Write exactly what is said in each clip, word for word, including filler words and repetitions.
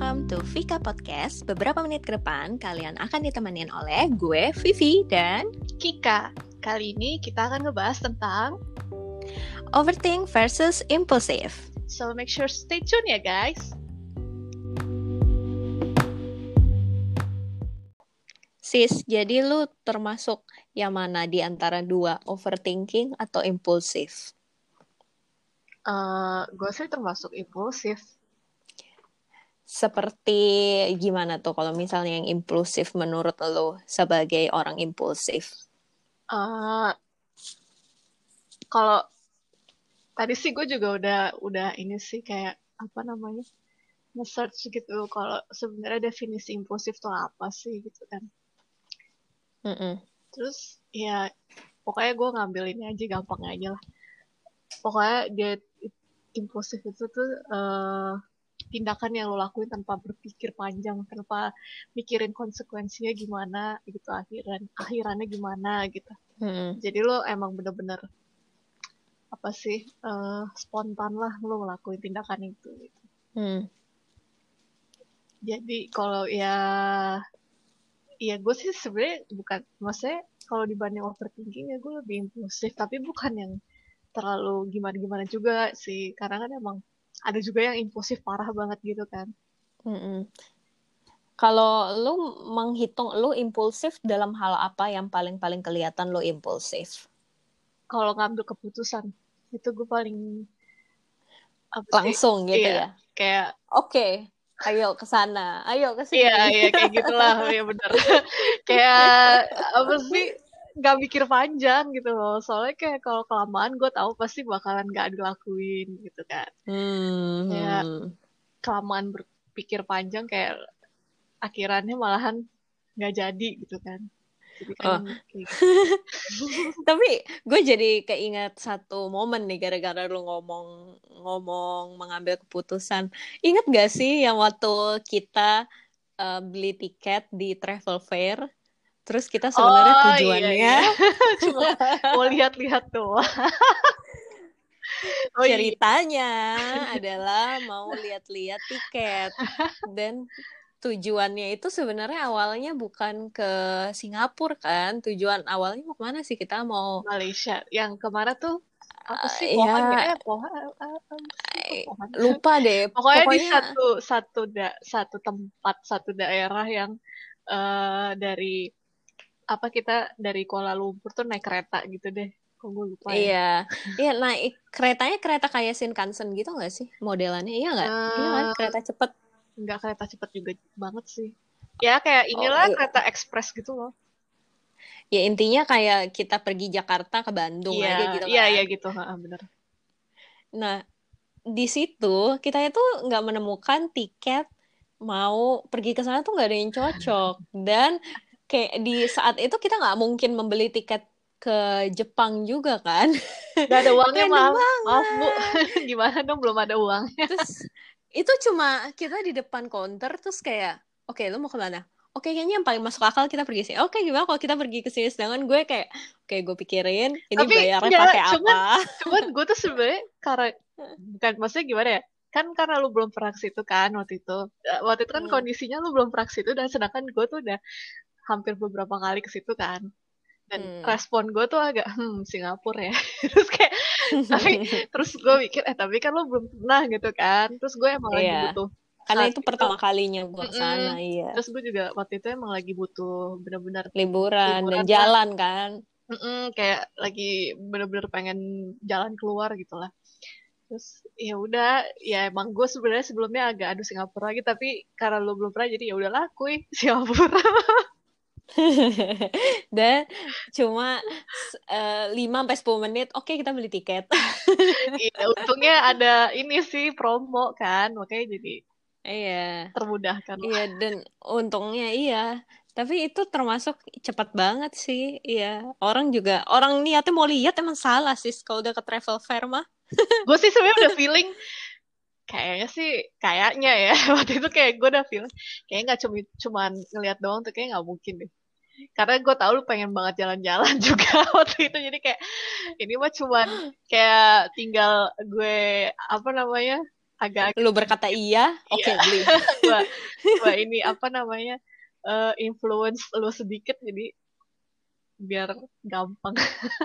welcome to Vika Podcast. Beberapa menit ke depan, kalian akan ditemenin oleh gue, Vivi, dan Kika. Kali ini kita akan ngebahas tentang overthink versus impulsive. So make sure stay tune ya guys. Sis, jadi lu termasuk yang mana di antara dua, overthinking atau impulsif? Uh, gue sih termasuk impulsif. Seperti gimana tuh kalau misalnya yang impulsif menurut lo sebagai orang impulsif? Uh, kalau tadi sih gue juga udah udah ini sih kayak apa namanya nge-search gitu kalau sebenarnya definisi impulsif tuh apa sih gitu kan. Mm-mm. Terus ya pokoknya gue ngambil ini aja gampang aja lah. Pokoknya dia impulsif itu tuh uh, tindakan yang lo lakuin tanpa berpikir panjang, tanpa mikirin konsekuensinya gimana gitu, akhiran akhirannya gimana gitu. Hmm. Jadi lo emang bener-bener apa sih uh, spontan lah lo ngelakuin tindakan itu. Gitu. Hmm. Jadi kalau ya, ya gue sih sebenarnya bukan, maksudnya kalau dibanding overthinking ya gue lebih impulsif, tapi bukan yang terlalu gimana-gimana juga sih, karena kan emang ada juga yang impulsif parah banget gitu kan. Mm-mm. Kalau lu menghitung lu impulsif dalam hal apa yang paling-paling kelihatan lu impulsif? Kalau ngambil keputusan itu gue paling apa sih? Langsung gitu Iya, ya. kayak oke, okay, ayo ke sana, ayo ke sini. iya, iya kayak gitulah, ya benar. Kayak apa sih? Gak mikir panjang gitu loh, soalnya kayak kalau kelamaan gue tahu pasti bakalan gak dilakuin gitu kan. Hmm. Kayak kelamaan berpikir panjang kayak akhirannya malahan nggak jadi gitu kan. Jadi kan oh. kayak gitu. Tapi gue jadi keinget satu momen nih gara-gara lu ngomong ngomong mengambil keputusan. Ingat gak sih yang waktu kita uh, beli tiket di travel fair? Terus kita sebenarnya oh, tujuannya iya, iya. Cuma mau lihat-lihat doang. oh, ceritanya iya. adalah mau lihat-lihat tiket. Dan tujuannya itu sebenarnya awalnya bukan ke Singapura kan. Tujuan awalnya mau kemana sih? Kita mau Malaysia. Yang kemarin tuh apa sih uh, pohon ya, ya? Eh, pohon, uh, uh, pohon. lupa deh. Pokoknya, Pokoknya di satu satu da, satu tempat, satu daerah yang uh, dari apa kita dari Kuala Lumpur tuh naik kereta gitu deh. Kok gue lupa ya. Iya, iya naik keretanya kereta kayak Shinkansen gitu nggak sih modelannya? Iya nggak? Uh, iya kan kereta cepet. Nggak kereta cepet juga banget sih. Ya kayak inilah oh, iya. Kereta ekspres gitu loh. Ya intinya kayak kita pergi Jakarta ke Bandung iya, aja gitu kan. Iya, iya gitu, bener. Nah, di situ kita itu nggak menemukan tiket mau pergi ke sana tuh nggak ada yang cocok. Dan kayak di saat itu kita nggak mungkin membeli tiket ke Jepang juga kan. Gak ada uangnya, maaf. Maaf Bu, gimana dong belum ada uangnya. Terus itu cuma kita di depan counter terus kayak, oke okay, lu mau kemana? Oke, okay, kayaknya yang paling masuk akal kita pergi sini. Oke, okay, gimana kalau kita pergi ke sini? Sedangkan gue kayak, oke, okay, gue pikirin ini tapi, bayarnya ya, pakai cuman, apa? Cuman gue tuh sebenarnya karena bukan, maksudnya gimana ya? Kan karena lu belum pernah ke situ kan waktu itu. Waktu itu kan hmm. kondisinya lu belum pernah ke situ, dan sedangkan gue tuh udah hampir beberapa kali ke situ kan. Dan hmm. respon gue tuh agak hmm Singapura ya. Terus kayak tapi terus gue mikir eh tapi kan lo belum pernah gitu kan. Terus gue emang yeah. lagi butuh karena itu pertama itu, kalinya gue kesana, iya. Terus gue juga waktu itu emang lagi butuh benar-benar liburan, liburan dan jalan kan. Mm-mm, kayak lagi benar-benar pengen jalan keluar gitu lah. Terus ya udah, ya emang gue sebenarnya sebelumnya agak aduh Singapura lagi, tapi karena lo belum pernah jadi ya udah lakuin Singapura. Dan cuma uh, lima sampai sepuluh menit oke okay, kita beli tiket. Iya, untungnya ada ini sih promo kan, makanya jadi iya termudahkan. Iya, dan untungnya iya. Tapi itu termasuk cepat banget sih. Iya, orang juga orang niatnya mau lihat emang salah sih kalau udah ke travel fair mah. Gue sih sebenarnya udah feeling kayaknya sih kayaknya ya waktu itu kayak gue udah feeling kayaknya nggak cuma cuman ngelihat doang tuh, kayak nggak mungkin deh. Karena gue tahu lu pengen banget jalan-jalan juga waktu itu, jadi kayak ini mah cuman kayak tinggal gue apa namanya agak Lu berkata iya, oke iya. beli. gua gua ini apa namanya eh, influence lu sedikit jadi biar gampang.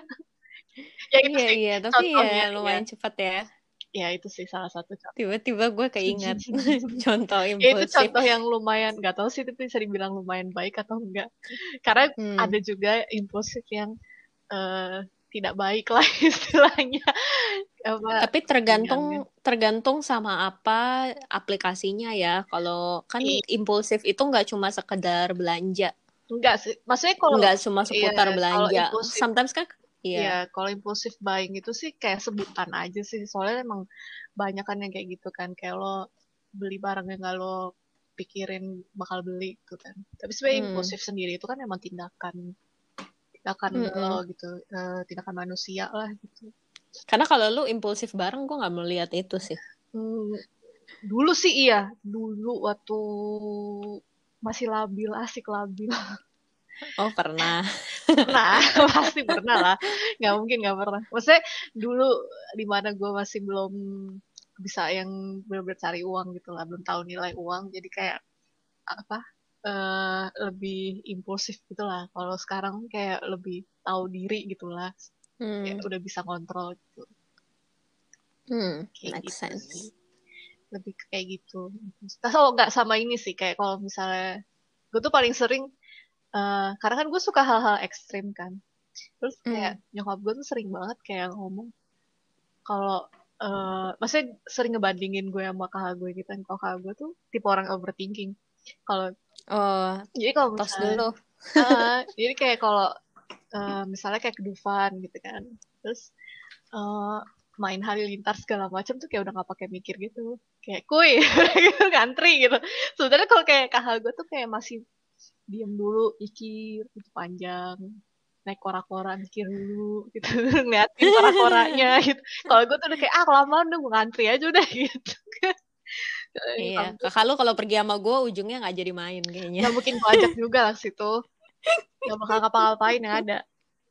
Ya itu Iya sih iya, tapi ya contohnya ya. lumayan cepat ya. Ya itu sih salah satu contoh. Tiba-tiba gue keingat contoh Ya itu impulsif. contoh yang lumayan, nggak tahu sih itu bisa dibilang lumayan baik atau enggak. Karena Hmm. ada juga impulsif yang eh, tidak baik lah istilahnya. Apa Tapi pilihannya. tergantung tergantung sama apa aplikasinya ya. Kalau kan I- impulsif itu nggak cuma sekedar belanja, Enggak sih. Maksudnya kalau nggak cuma iya seputar kalau belanja. impulsif Sometimes kan, ya iya. kalau impulsif buying itu sih kayak sebutan aja sih. Soalnya emang banyak kan yang kayak gitu kan. Kayak lo beli barang yang nggak lo pikirin bakal beli gitu kan. Tapi sebenarnya Hmm. impulsif sendiri itu kan emang tindakan tindakan lo Mm-mm. gitu, eh, tindakan manusia lah gitu. Karena kalau lu impulsif bareng, gue nggak melihat itu sih. Hmm, dulu sih iya, dulu waktu masih labil, asik labil. Oh pernah. Pernah, pasti pernah lah. Nggak mungkin nggak pernah. Maksudnya dulu di mana gue masih belum bisa yang benar-benar cari uang gitu lah, belum tahu nilai uang. Jadi kayak apa? eh lebih impulsif gitu lah. Kalau sekarang kayak lebih tahu diri gitu lah. Kayak Hmm. udah bisa kontrol gitu. Hmm. Kayak Make gitu sih. sense. Lebih ke kayak gitu. Tapi kalau nggak sama ini sih, kayak kalau misalnya gue tuh paling sering, eh, karena kan gue suka hal-hal ekstrim kan. Terus kayak Hmm. nyokap gue tuh sering banget kayak ngomong kalau eh maksudnya sering ngebandingin gue sama kakak gue gitu kan. Kalau kakak gue tuh tipe orang overthinking. Kalau Oh, jadi kalau tos misalnya, dulu. ah, jadi kayak kalau eh, misalnya kayak ke Dufan gitu kan. Terus eh, main halilintar segala macam tuh kayak udah gak pakai mikir gitu. Kayak kuy, gitu, ngantri gitu. Sebenarnya kalau kayak kakak gue tuh kayak masih diem dulu, mikir itu panjang, naik kora-kora mikir dulu gitu, ngeliatin kora-koranya gitu. Kalau gue tuh udah kayak ah kelamaan udah gue ngantri aja udah gitu. Iya, kakak lu kalau pergi sama gue ujungnya nggak jadi main kayaknya. Gak mungkin gue ajak juga lah ke situ, gak bakal ngapa-ngapain yang ada.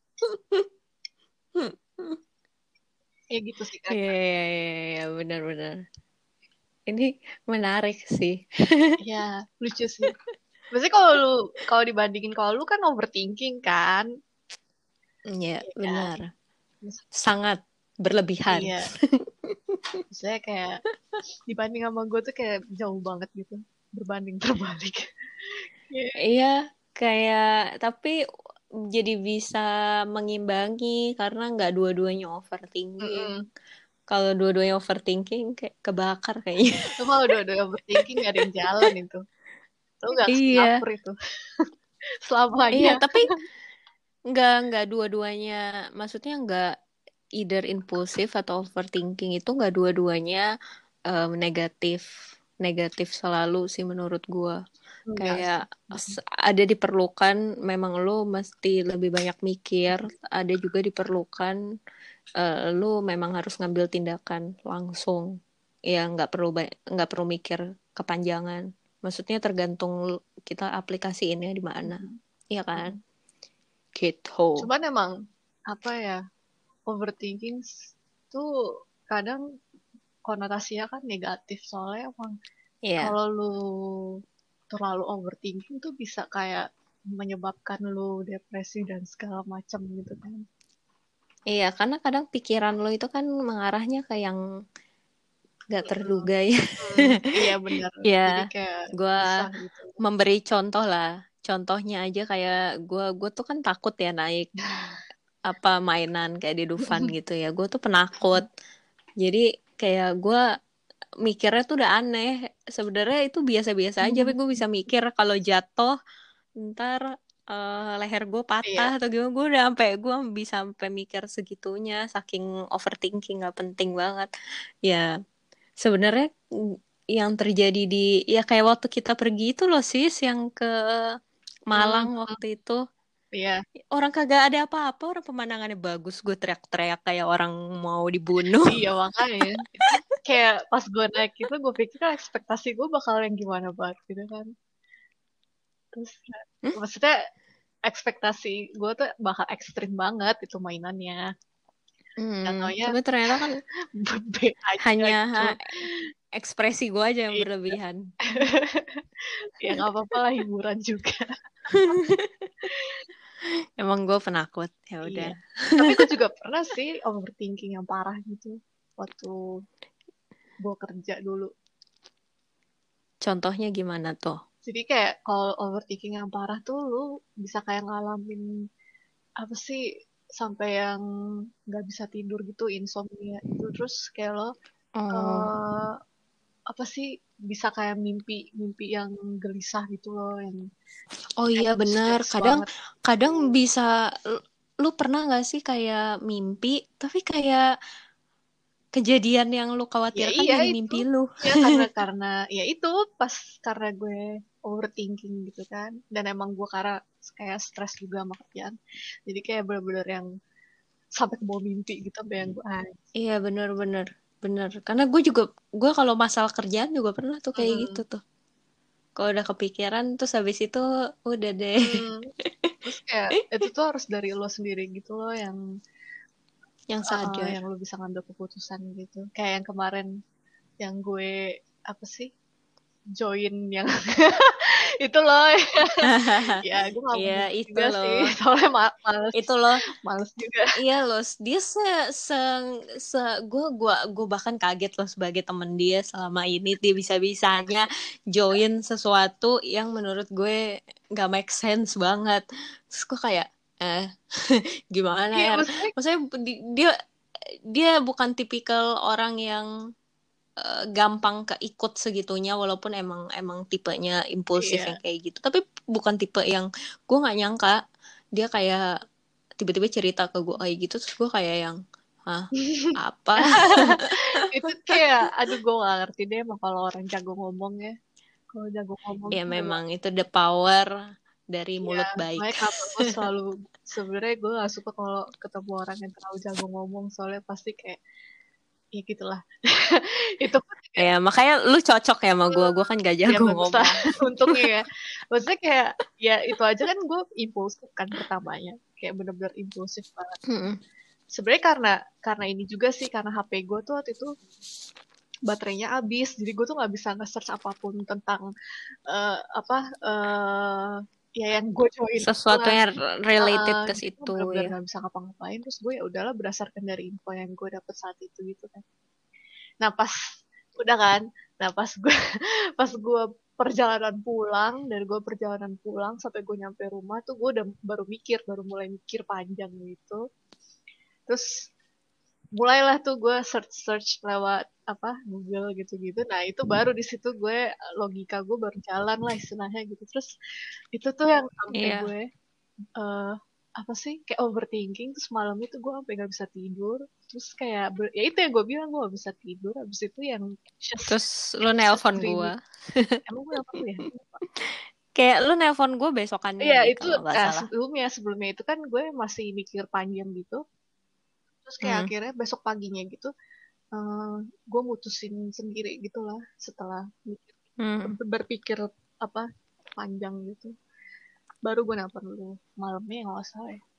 Kayak gitu sih kan. Iya, iya, iya, iya, benar-benar. Ini menarik sih. Ya lucu sih. Maksudnya kalau lu kalau dibandingin kalau lu kan overthinking kan, Iya, ya kan. benar. Sangat berlebihan. Iya, maksudnya kayak dibanding sama gue tuh kayak jauh banget gitu, berbanding terbalik. Iya. Iya, kayak tapi jadi bisa mengimbangi karena nggak dua-duanya overthinking. Mm-mm. Kalau dua-duanya overthinking kayak kebakar kayaknya. Lu kalau udah udah overthinking gak ada yang jalan itu. Lu gak ke Iya, Singapura itu iya, selamanya. tapi nggak nggak dua-duanya. Maksudnya nggak either impulsif atau overthinking itu nggak dua-duanya em, negatif negatif selalu sih menurut gua. Enggak Kayak sih. s- ada diperlukan memang lo mesti lebih banyak mikir, ada juga diperlukan eh, lo memang harus ngambil tindakan langsung. Ya nggak perlu ba- nggak perlu mikir kepanjangan. Maksudnya tergantung lu- kita aplikasiinnya di mana. Iya kan? Gitu. Cuman emang apa ya, overthinking tuh kadang konotasinya kan negatif, soalnya emang Iya. kalau lu terlalu overthinking tuh bisa kayak menyebabkan lu depresi dan segala macam gitu kan. Iya, karena kadang pikiran lo itu kan mengarahnya ke yang gak Mm-mm. terduga ya. Mm, iya benar. Ya, Jadi kayak gue susah gitu. memberi contoh lah. Contohnya aja kayak gue gue tuh kan takut ya naik apa mainan kayak di Dufan gitu ya. Gue tuh penakut. Jadi kayak gue mikirnya tuh udah aneh. Sebenarnya itu biasa-biasa aja, tapi gue bisa mikir kalau jatuh ntar eh, leher gue patah Iya. atau gimana, gue udah sampai gue bisa sampai mikir segitunya saking overthinking nggak penting banget ya. Sebenarnya mm, yang terjadi di ya kayak waktu kita pergi itu loh sis yang ke Mm, Malang waktu itu, iya. orang kagak ada apa-apa, orang pemandangannya bagus, gue teriak-teriak kayak orang mau dibunuh. Iya makanya itu kayak pas gue naik itu gue pikir kan ekspektasi gue bakal yang gimana banget gitu kan. Terus Hmm? maksudnya ekspektasi gue tuh bakal ekstrim banget itu mainannya. Gak Hmm, taunya tapi ternyata kan B aja hanya gitu. ekspresi gue aja yang berlebihan. Ya nggak apa-apa lah, hiburan juga. Emang gue penakut, ya udah. Iya. Tapi gue juga pernah sih overthinking yang parah gitu waktu gue kerja dulu. Contohnya gimana tuh? Jadi kayak kalau overthinking yang parah tuh lu bisa kayak ngalamin apa sih, sampai yang nggak bisa tidur gitu, insomnia itu. Terus kayak lo Oh, eh apa sih, bisa kayak mimpi mimpi yang gelisah gitu loh, yang oh kayak iya bener. stress Kadang, banget. kadang bisa. Lu, lu pernah nggak sih kayak mimpi, tapi kayak kejadian yang lu Ya khawatirkan iya jadi itu. mimpi lu? Ya karena karena ya itu pas karena gue overthinking gitu kan. Dan emang gue karena kayak stres juga sama kerjaan. Jadi kayak bener-bener yang sampai ke bawah mimpi gitu, sampai yang gue ah. Iya bener-bener, bener. Karena gue juga, gue kalau masalah kerjaan juga pernah tuh kayak gitu Mm-mm. tuh. Kalau udah kepikiran, terus habis itu udah deh. Hmm. Terus kayak itu tuh harus dari lo sendiri gitu loh, yang Yang uh, uh, sadar. yang lo bisa ngambil keputusan gitu. Kayak yang kemarin yang gue apa sih, join yang itu loh. Ya gue nggak Iya mundur itu juga loh. sih, soalnya ma- males Itu loh. males juga. Iya loh, dia se se se gue gua gue bahkan kaget loh sebagai temen dia selama ini dia bisa-bisanya join sesuatu yang menurut gue nggak make sense banget. Terus gue kayak eh gimana Iya ya? maksudnya. Maksudnya di- dia dia bukan tipikal orang yang eh, gampang keikut segitunya walaupun emang emang tipenya impulsif yang Iya. kayak gitu. Tapi bukan tipe yang gue nggak nyangka dia kayak tiba-tiba cerita ke gue kayak gitu terus gue kayak yang hah apa. Itu kayak aduh gue gak ngerti deh emang kalau orang jago ngomong ya. Kalau jago ngomong Ya tuh memang. memang itu the power dari Iya, mulut baik. makanya kenapa gue selalu, sebenarnya gue gak suka kalau ketemu orang yang terlalu jago ngomong, soalnya pasti kayak ya gitulah. Itu pun kayak Ya makanya lu cocok ya sama gue eh, gue kan gak ya jago bagus lah. ngomong. Untungnya ya. Maksudnya kayak ya itu aja kan gue impulsif kan pertamanya, kayak bener-bener impulsif banget. Mm-mm. Sebenarnya karena karena ini juga sih, karena H P gue tuh waktu itu baterainya habis, jadi gue tuh nggak bisa nge-search apapun tentang eh, apa eh ya yang gue join Sesuatu itulah. yang related Uh, ke jadi gue situ benar-benar ya. nggak bisa ngapa-ngapain, terus gue ya udahlah berdasarkan dari info yang gue dapet saat itu gitu kan. Nah pas udah kan, nah pas gue pas gue perjalanan pulang, dari gue perjalanan pulang sampai gue nyampe rumah tuh gue udah baru mikir, baru mulai mikir panjang gitu. Terus mulailah tuh gue search search lewat apa Google gitu-gitu. Nah itu baru di situ gue, logika gue baru jalan lah istilahnya gitu. Terus itu tuh yang sampai Iya. gue eh apa sih, kayak overthinking. Terus malam itu gue sampai nggak bisa tidur. Terus kayak ber- ya itu yang gue bilang, gue gak bisa tidur. Habis itu yang anxious, Terus lu anxious nelpon gue. dreaming. Emang gue apa tuh ya? Kayak lu nelpon gue besokannya Iya deh itu, kalau nggak nah, salah. sebelumnya sebelumnya itu kan gue masih mikir panjang gitu. Terus kayak Hmm. akhirnya besok paginya gitu, eh gue mutusin sendiri gitu lah, setelah mikir, Hmm. berpikir apa panjang gitu, baru gue nelpon dulu malamnya nggak salah ya.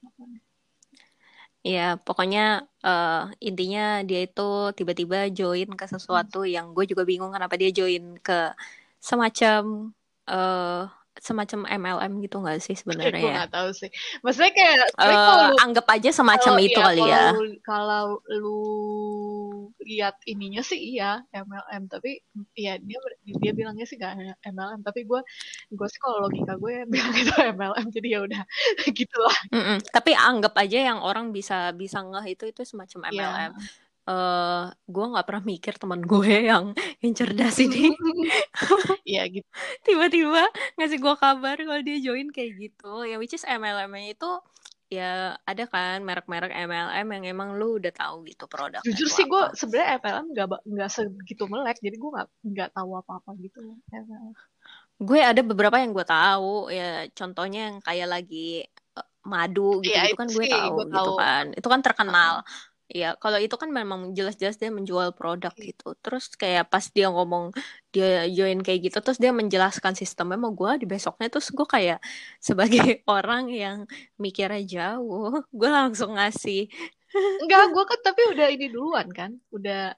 Ya, pokoknya eh, intinya dia itu tiba-tiba join ke sesuatu yang gue juga bingung kenapa dia join ke semacam eh semacam M L M gitu nggak sih sebenarnya Gue ya? nggak tahu sih, maksudnya kayak sebenarnya kalau Eh lu, anggap aja semacam kalau itu ya kali kalau ya. lu kalau lu lihat ininya sih iya M L M, tapi ya dia dia bilangnya sih gak M L M, tapi gue gue sih kalau logika gue bilang itu M L M, jadi ya udah gitulah. Mm-mm. Tapi anggap aja yang orang bisa bisa ngeh itu itu semacam Iya. M L M. Eh gue nggak pernah mikir teman gue yang yang cerdas ini Iya gitu. tiba-tiba ngasih gue kabar kalau dia join kayak gitu. Ya which is M L M-nya itu ya ada kan merek-merek M L M yang emang lu udah tahu gitu produknya Jujur tuh sih gue apa. sebenarnya M L M nggak ba- nggak segitu melek, jadi gue nggak nggak tahu apa-apa gitu loh M L M. Gue ada beberapa yang gue tahu ya contohnya yang kayak lagi eh, madu Iya gitu-gitu itu kan gue sih gue tahu tahu. gitu kan. Itu kan Heeh. terkenal. Ya, kalau itu kan memang jelas-jelas dia menjual produk Iya. gitu. Terus kayak pas dia ngomong dia join kayak gitu, terus dia menjelaskan sistemnya sama gue di besoknya, terus gue kayak sebagai orang yang mikirnya jauh, gue langsung ngasih. Enggak, gue kan tapi udah ini duluan kan, udah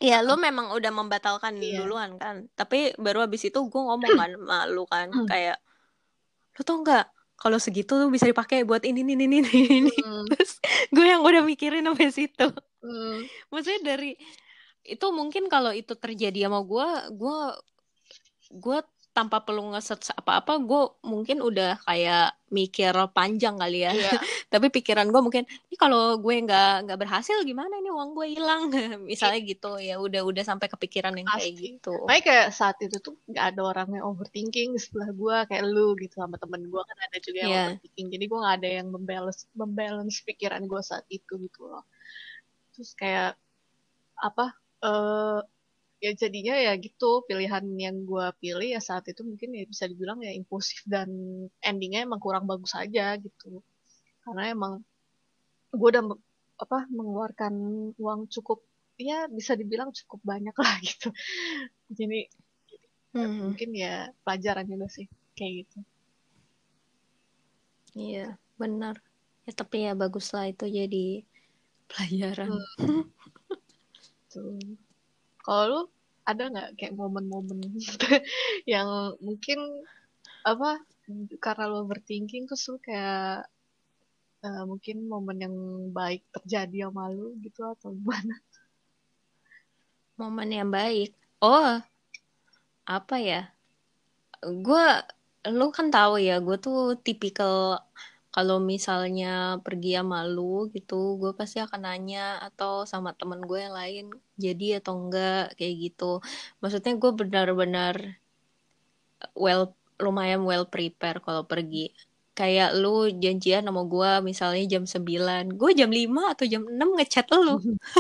Iya, lu memang udah membatalkan Iya. duluan kan. Tapi baru habis itu gue ngomong kan sama lu kan. Kayak, lu tau nggak kalau segitu tuh bisa dipakai buat ini, ini, ini, ini, ini. Hmm. Terus gue yang udah mikirin sampai situ. Hmm. Maksudnya dari, itu mungkin kalau itu terjadi sama gue, gue gue tanpa perlu nge-search apa-apa, gue mungkin udah kayak mikir panjang kali ya. Iya. Tapi pikiran gue mungkin, ini kalau gue nggak nggak berhasil gimana ini uang gue hilang, Iya, misalnya gitu ya. Udah udah sampai kepikiran yang kayak pasti. gitu. Makanya kayak saat itu tuh gak ada orang yang overthinking di sebelah gue kayak lu gitu, sama temen gue kan ada juga yang Ya, overthinking. Jadi gue gak ada yang membalance membalance pikiran gue saat itu gitu loh. Terus kayak apa? eh ya jadinya ya gitu, pilihan yang gue pilih ya saat itu mungkin ya bisa dibilang ya impulsif dan endingnya emang kurang bagus aja gitu. Karena emang gue udah me- apa mengeluarkan uang cukup, ya bisa dibilang cukup banyak lah gitu. Jadi ya hmm, mungkin ya pelajaran juga sih kayak gitu. iya benar. Ya tapi ya baguslah itu jadi pelajaran. Hmm, tuh. Kalau lu ada nggak kayak momen-momen yang mungkin apa karena lu overthinking terus lu kayak eh, mungkin momen yang baik terjadi sama lu gitu atau gimana? Momen yang baik. Oh, apa ya? Gue, lu kan tahu ya, gue tuh tipikal kalau misalnya pergi sama lu gitu, gue pasti akan nanya atau sama temen gue yang lain, jadi atau enggak kayak gitu. Maksudnya gue benar-benar well, lumayan well prepare kalau pergi. Kayak lu janjian sama gue misalnya jam sembilan, gue jam lima atau jam enam ngechat lu.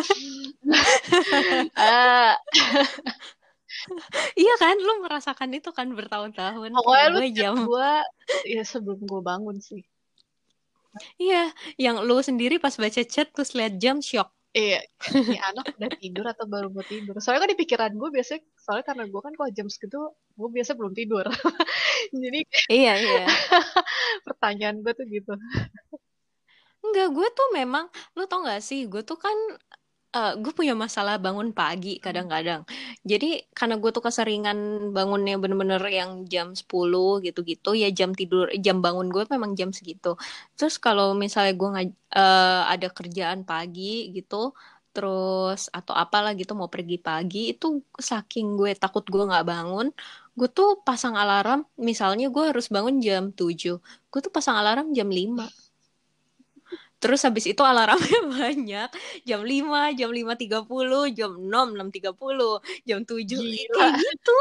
Ah, Iya kan, lu merasakan itu kan bertahun-tahun. pokoknya lu Gue chat jam, gue ya sebelum gue bangun sih. iya, yang lu sendiri pas baca chat terus lihat jam shock. Iya, kayak, ini anak udah tidur atau baru mau tidur. Soalnya kan di pikiran gue biasanya, soalnya karena gue kan kalau jam segitu, gue biasa belum tidur. Jadi Iya, iya. pertanyaan gue tuh gitu. Enggak, gue tuh memang, lu tau gak sih, gue tuh kan, eh, gue punya masalah bangun pagi kadang-kadang. Jadi, karena gue tuh keseringan bangunnya bener-bener yang jam sepuluh gitu-gitu, ya jam tidur, jam bangun gue memang jam segitu. Terus kalau misalnya gue nggak eh, ada kerjaan pagi gitu, terus atau apalah gitu mau pergi pagi, itu saking gue takut gue nggak bangun, gue tuh pasang alarm, misalnya gue harus bangun jam tujuh, gue tuh pasang alarm jam lima. Terus habis itu alarmnya banyak. Jam lima, jam lima tiga puluh, jam enam, enam tiga puluh, jam tujuh, Gila. kayak gitu.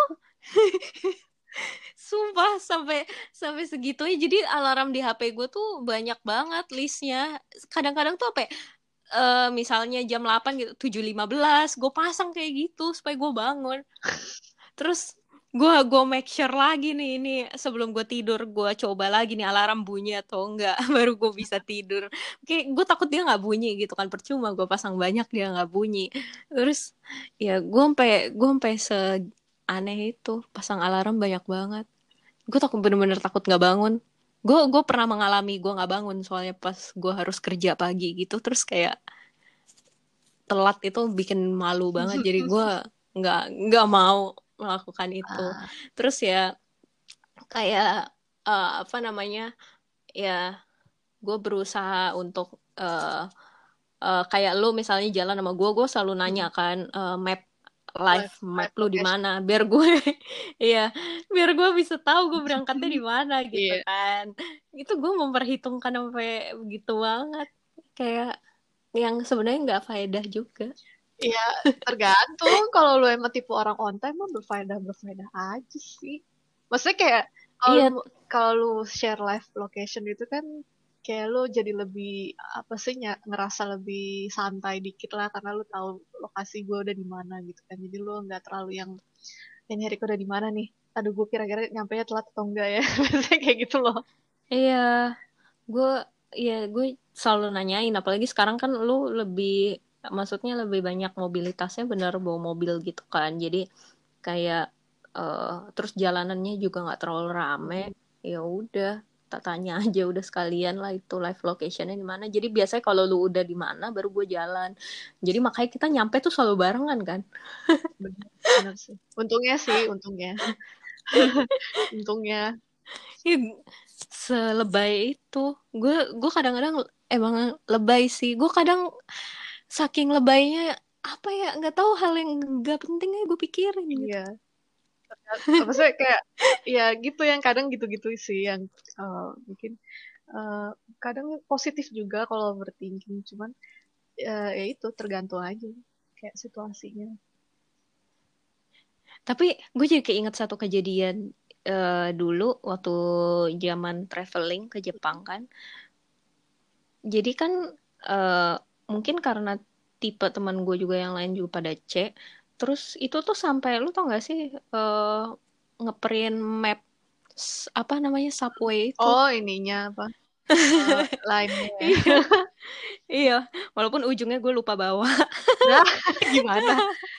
Sumpah sampai sampai segitunya. Jadi alarm di H P gue tuh banyak banget listnya. Kadang-kadang tuh apa ya, eh, misalnya jam delapan gitu, tujuh lima belas, gue pasang kayak gitu supaya gue bangun. Terus gue gue make sure lagi nih ini sebelum gue tidur gue coba lagi nih alarm bunyi atau enggak baru gue bisa tidur. Oke, gue takut dia nggak bunyi gitu kan percuma gue pasang banyak dia nggak bunyi. Terus ya gue sampai gue sampai seaneh itu pasang alarm banyak banget. Gue takut bener-bener takut nggak bangun. Gue gue pernah mengalami gue nggak bangun soalnya pas gue harus kerja pagi gitu terus kayak telat itu bikin malu banget jadi gue nggak nggak mau melakukan itu. Ah, Terus ya kayak eh, apa namanya ya gue berusaha untuk eh, eh, kayak lu misalnya jalan sama gue gue selalu nanya mm, kan eh, map live live map live lu di location. mana biar gue iya biar gue bisa tahu gue berangkatnya di mana gitu Iya. kan. Itu gue memperhitungkan sampai begitu banget kayak yang sebenarnya nggak faedah juga. Iya, tergantung. Kalau lu emang tipe orang on time mah berfaedah berfaedah aja sih. Maksudnya kayak kalau lu Iya. kalau lu share live location itu kan kayak lu jadi lebih apa sih ny- ngerasa lebih santai dikit lah karena lu tahu lokasi gue udah di mana gitu kan. Jadi lu nggak terlalu yang yang nyari gue udah di mana nih. Aduh, gue kira-kira nyampe telat atau enggak ya. Maksudnya kayak gitu loh. Iya, gue ya gue selalu nanyain, apalagi sekarang kan lu lebih, maksudnya lebih banyak mobilitasnya bener bawa mobil gitu kan, jadi kayak eh, terus jalanannya juga nggak terlalu rame, Mm-mm. ya udah. kita tanya aja udah sekalian lah itu live locationnya di mana. Jadi biasanya kalau lu udah di mana baru gue jalan. Jadi makanya kita nyampe tuh selalu barengan kan. Bener, bener sih. Untungnya sih, untungnya. Untungnya. Ya, selebay itu. Gue gue kadang-kadang emang lebay sih. Gue kadang saking lebaynya apa ya nggak tahu hal yang nggak pentingnya gue pikirin gitu. Iya. Maksudnya kayak ya gitu yang kadang gitu-gitu sih yang uh, mungkin uh, kadang positif juga kalau overthinking, cuman uh, ya itu tergantung aja kayak situasinya. Tapi gue jadi keinget satu kejadian eh, dulu waktu zaman traveling ke Jepang kan. Jadi kan eh, mungkin karena tipe teman gue juga yang lain juga pada C. Terus itu tuh sampai lu tau gak sih eh, ngeprint map s- apa namanya subway itu. Oh ininya apa? Uh, lainnya ya. Iya, iya. Walaupun ujungnya gue lupa bawa. Nah, gimana?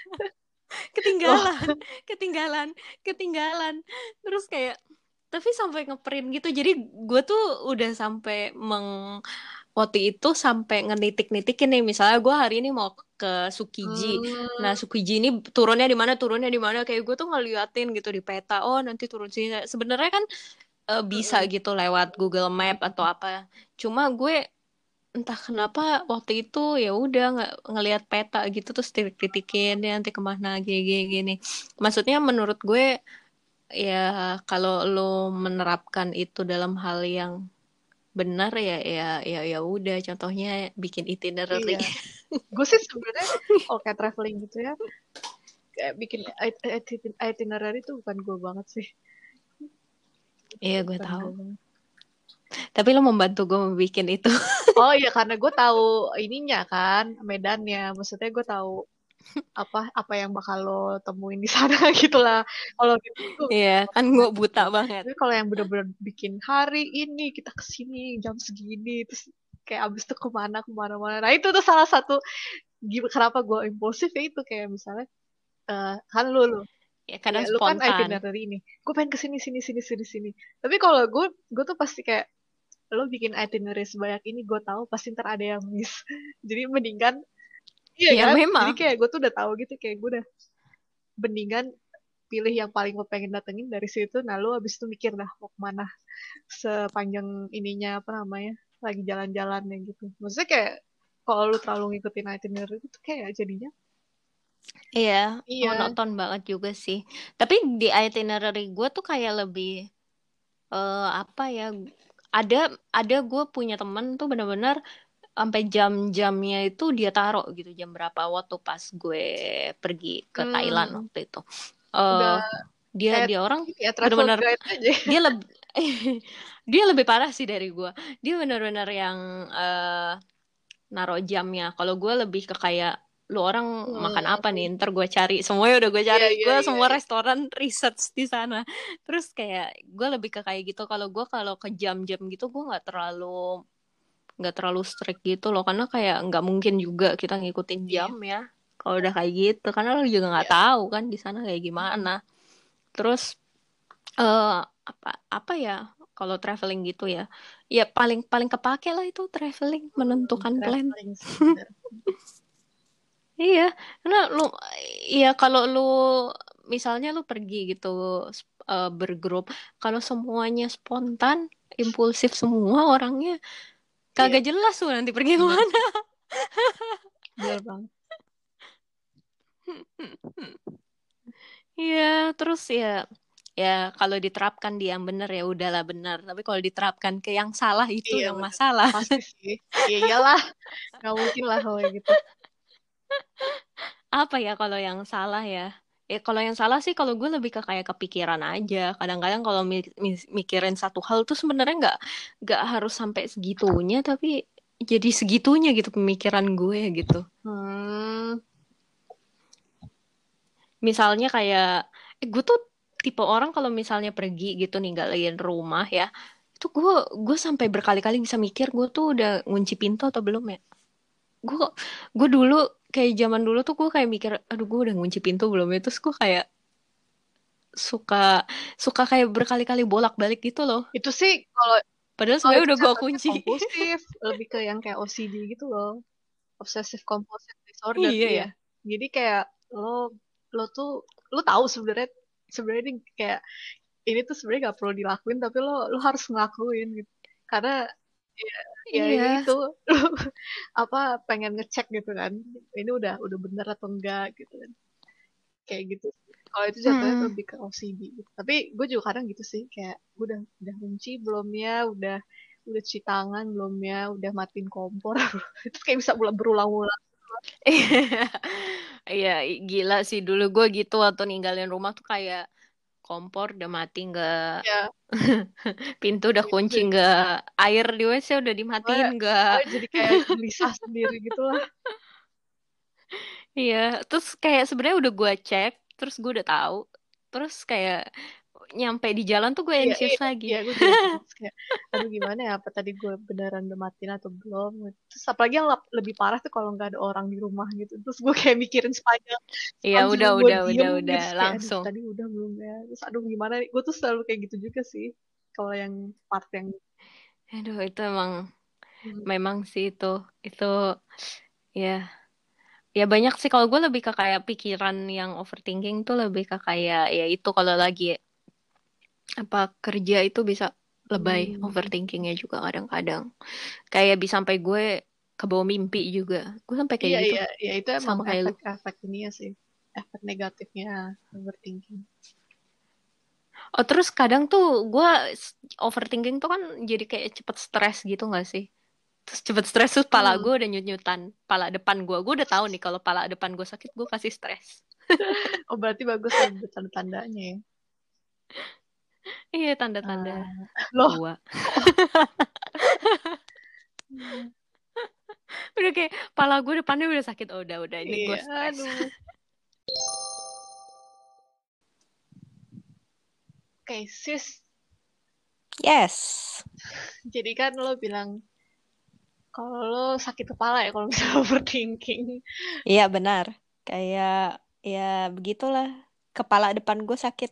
Loh, Ketinggalan, ketinggalan, ketinggalan. Terus kayak tapi sampai ngeprint gitu. Jadi gue tuh udah sampai meng waktu itu sampai ngenitik-nitikin nih. Misalnya gue hari ini mau ke Tsukiji. hmm, Nah, Tsukiji ini turunnya di mana, turunnya di mana. Kayak gue tuh ngeliatin gitu di peta. Oh, nanti turun sini. Sebenarnya kan eh, bisa mm-mm. gitu lewat Google Map atau apa. Cuma gue entah kenapa waktu itu ya udah nggak ngelihat peta gitu terus titik-titikin ya nanti kemana gini gini. Maksudnya menurut gue ya kalau lo menerapkan itu dalam hal yang benar ya ya ya ya udah contohnya bikin itinerary. Iya. Gue sih sebenarnya kalau kayak traveling gitu ya, kayak bikin it- it- itinerary itu bukan gue banget sih. Iya gue Bukan tahu. gue banget. Tapi lo membantu gue bikin itu. Oh iya karena gue tahu ininya kan medannya, maksudnya gue tahu apa apa yang bakal lo temuin di sana gitulah. Kalau gitu gue Iya kan gue buta banget. tapi kalau yang bener-bener bikin hari ini kita kesini jam segini terus kayak abis itu kemana kemana-mana. Nah itu tuh salah satu gim- kenapa gue impulsif ya itu kayak misalnya eh, kan lu lu Ya ya kadang lu kan spontan. itinerary ini gue pengen kesini sini sini sini sini tapi kalau gue gue tuh pasti kayak lo bikin itinerary sebanyak ini gue tahu pasti ntar ada yang miss jadi mendingan iya Ya kan jadi memang. kayak gue tuh udah tahu gitu kayak gue udah mendingan pilih yang paling lo pengen datengin dari situ nah lo abis itu mikir dah mau kemana sepanjang ininya apa namanya lagi jalan-jalannya gitu maksudnya kayak kalau lu terlalu ngikutin itinerary itu kayak jadinya Iya, iya monoton banget juga sih. Tapi di itinerary gue tuh kayak lebih eh, apa ya? Ada ada gue punya temen tuh benar-benar sampai jam-jamnya itu dia taruh gitu jam berapa waktu pas gue pergi ke Thailand hmm, waktu itu. Eh udah dia kayak dia orang ini ya travel benar-benar guide aja. dia lebih dia lebih parah sih dari gue. Dia benar-benar yang eh naruh jamnya. Kalau gue lebih ke kayak lu orang makan apa nih? Hmm, Ntar gue cari. Semuanya udah gue iya cari. iya Gue iya semua iya. restoran research di sana. Terus kayak gue lebih ke kayak gitu. Kalau gue kalau ke jam-jam gitu gue nggak terlalu nggak terlalu strict gitu loh. Karena kayak nggak mungkin juga kita ngikutin Iya, jam ya. Kalau udah kayak gitu, karena lu juga nggak iya. tahu kan di sana kayak gimana. Terus eh apa apa ya? Kalau traveling gitu ya, ya paling paling kepake lah itu traveling Hmm, menentukan plan. traveling sih bener. Iya, karena lu, iya kalau lu misalnya lu pergi gitu sp- eh, bergrup, kalau semuanya spontan, impulsif semua orangnya, Iya, kagak jelas tuh nanti pergi bener kemana. sih. Bener banget. Iya, terus ya, ya kalau diterapkan di yang benar ya udahlah benar, tapi kalau diterapkan ke yang salah itu Iya yang bener. masalah. Pasti sih. Iya iyalah. Gak mungkin lah kalau kayak gitu. Apa ya kalau yang salah ya? Ya kalau yang salah sih kalau gue lebih ke kayak kepikiran aja. Kadang-kadang kalau mi- mi- mikirin satu hal tuh sebenarnya nggak nggak harus sampai segitunya, tapi jadi segitunya gitu pemikiran gue gitu. Hmm, Misalnya kayak, eh, gue tuh tipe orang kalau misalnya pergi gitu ninggalin rumah ya, itu gue gue sampai berkali-kali bisa mikir gue tuh udah ngunci pintu atau belum ya. Gue gue dulu kayak zaman dulu tuh gue kayak mikir, aduh gue udah ngunci pintu belum ya. Terus gue kayak suka suka kayak berkali-kali bolak-balik gitu loh. itu sih kalau Padahal Oh, sebenarnya itu udah gua obsesif kunci. kompulsif, lebih ke yang kayak O C D gitu loh. Obsessive compulsive disorder, Iya iya. ya. Jadi kayak lo lo tuh lo tahu sebenarnya sebenarnya ini kayak ini tuh sebenarnya gak perlu dilakuin tapi lo lo harus ngelakuin gitu. Karena ya, ya ya Iya. itu lo apa pengen ngecek gitu kan. Ini udah udah bener atau enggak gitu kan. Kayak gitu. Kalau itu jatuhnya Mm-mm. lebih ke O C D gitu. Tapi gue juga kadang gitu sih kayak gue udah udah kunci belum ya, udah udah cuci tangan belum ya, udah matiin kompor. Itu kayak bisa ulang berulang-ulang. Iya, gila sih dulu gue gitu waktu ninggalin rumah tuh kayak kompor udah mati nggak, Ya, pintu udah gitu kunci sih. nggak, air di W C udah Pokoknya, dimatiin nggak. pokoknya jadi kayak gelisah sendiri gitu lah. Iya, terus kayak sebenarnya udah gue cek, terus gue udah tahu, terus kayak nyampe di jalan tuh gue Iya, anxious iya, lagi. iya, gue juga gitu. Terus kayak, aduh gimana ya, apa tadi gue beneran udah matiin atau belum. Terus apalagi yang lap- lebih parah tuh kalau nggak ada orang di rumah gitu. Terus gue kayak mikirin sepanjang, Iya, sepanjang udah, gue udah, udah, diem udah, gitu. Terus kayak, aduh langsung. tadi udah belum ya. Terus aduh gimana, gue tuh selalu kayak gitu juga sih. Kalau yang part yang, Aduh, itu emang, hmm, memang sih itu, itu, ya, ya banyak sih. Kalau gue lebih ke kayak pikiran yang overthinking tuh lebih ke kayak, ya itu kalau lagi apa kerja itu bisa lebay hmm, overthinkingnya juga kadang-kadang. Kayak bisa sampai gue kebawa mimpi juga. Gue sampai kayak iya, gitu iya, iya itu emang sama kayak lu. efek-efek ini ya sih. Efek negatifnya overthinking. Oh terus kadang tuh gue s- overthinking tuh kan jadi kayak cepet stres gitu gak sih? Terus cepet stres terus pala Hmm. gue udah nyut-nyutan. Pala depan gue. Gue udah tahu nih kalau pala depan gue sakit gue pasti stres. Oh berarti bagus ada tanda-tandanya ya. Iya tanda-tanda Ah, loh tua. kok. Udah kayak pala gue depannya udah sakit. Oh, udah udah ini Iya, gue stres. aduh. Oke, sis. Yes. Jadi kan lo bilang kalau lo sakit kepala ya kalau misalnya overthinking. Iya benar. Kayak ya begitulah. Kepala depan gue sakit.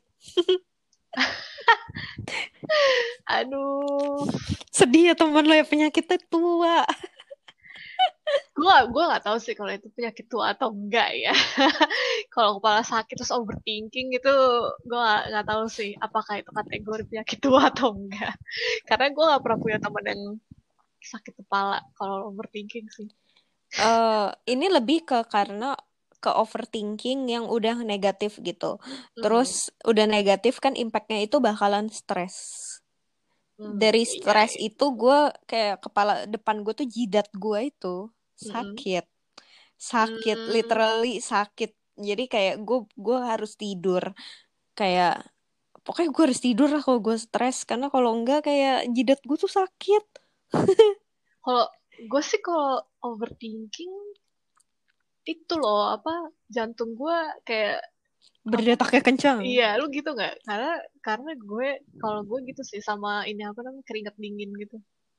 Aduh, Sedih ya teman lo ya penyakitnya tua. gue gue nggak tahu sih kalau itu penyakit tua atau enggak ya. Kalau kepala sakit terus overthinking itu gue nggak nggak tahu sih apakah itu kategori penyakit tua atau enggak. Karena gue nggak pernah punya teman yang sakit kepala kalau overthinking sih. Eh ini lebih ke karena ke overthinking yang udah negatif gitu. Terus Hmm, udah negatif kan impactnya itu bakalan stres. hmm, Dari iya, stres iya. itu gue kayak kepala depan gue tuh jidat gue itu Mm-mm. sakit. Sakit, Hmm, literally sakit. Jadi kayak gue gue harus tidur. Kayak pokoknya gue harus tidur lah kalau gue stres karena kalau enggak kayak jidat gue tuh sakit. kalau gue sih kalau overthinking itu loh apa jantung gue kayak apa Berdetaknya kencang. iya lu gitu nggak karena karena gue kalau gue gitu sih sama ini apa namanya keringat dingin gitu.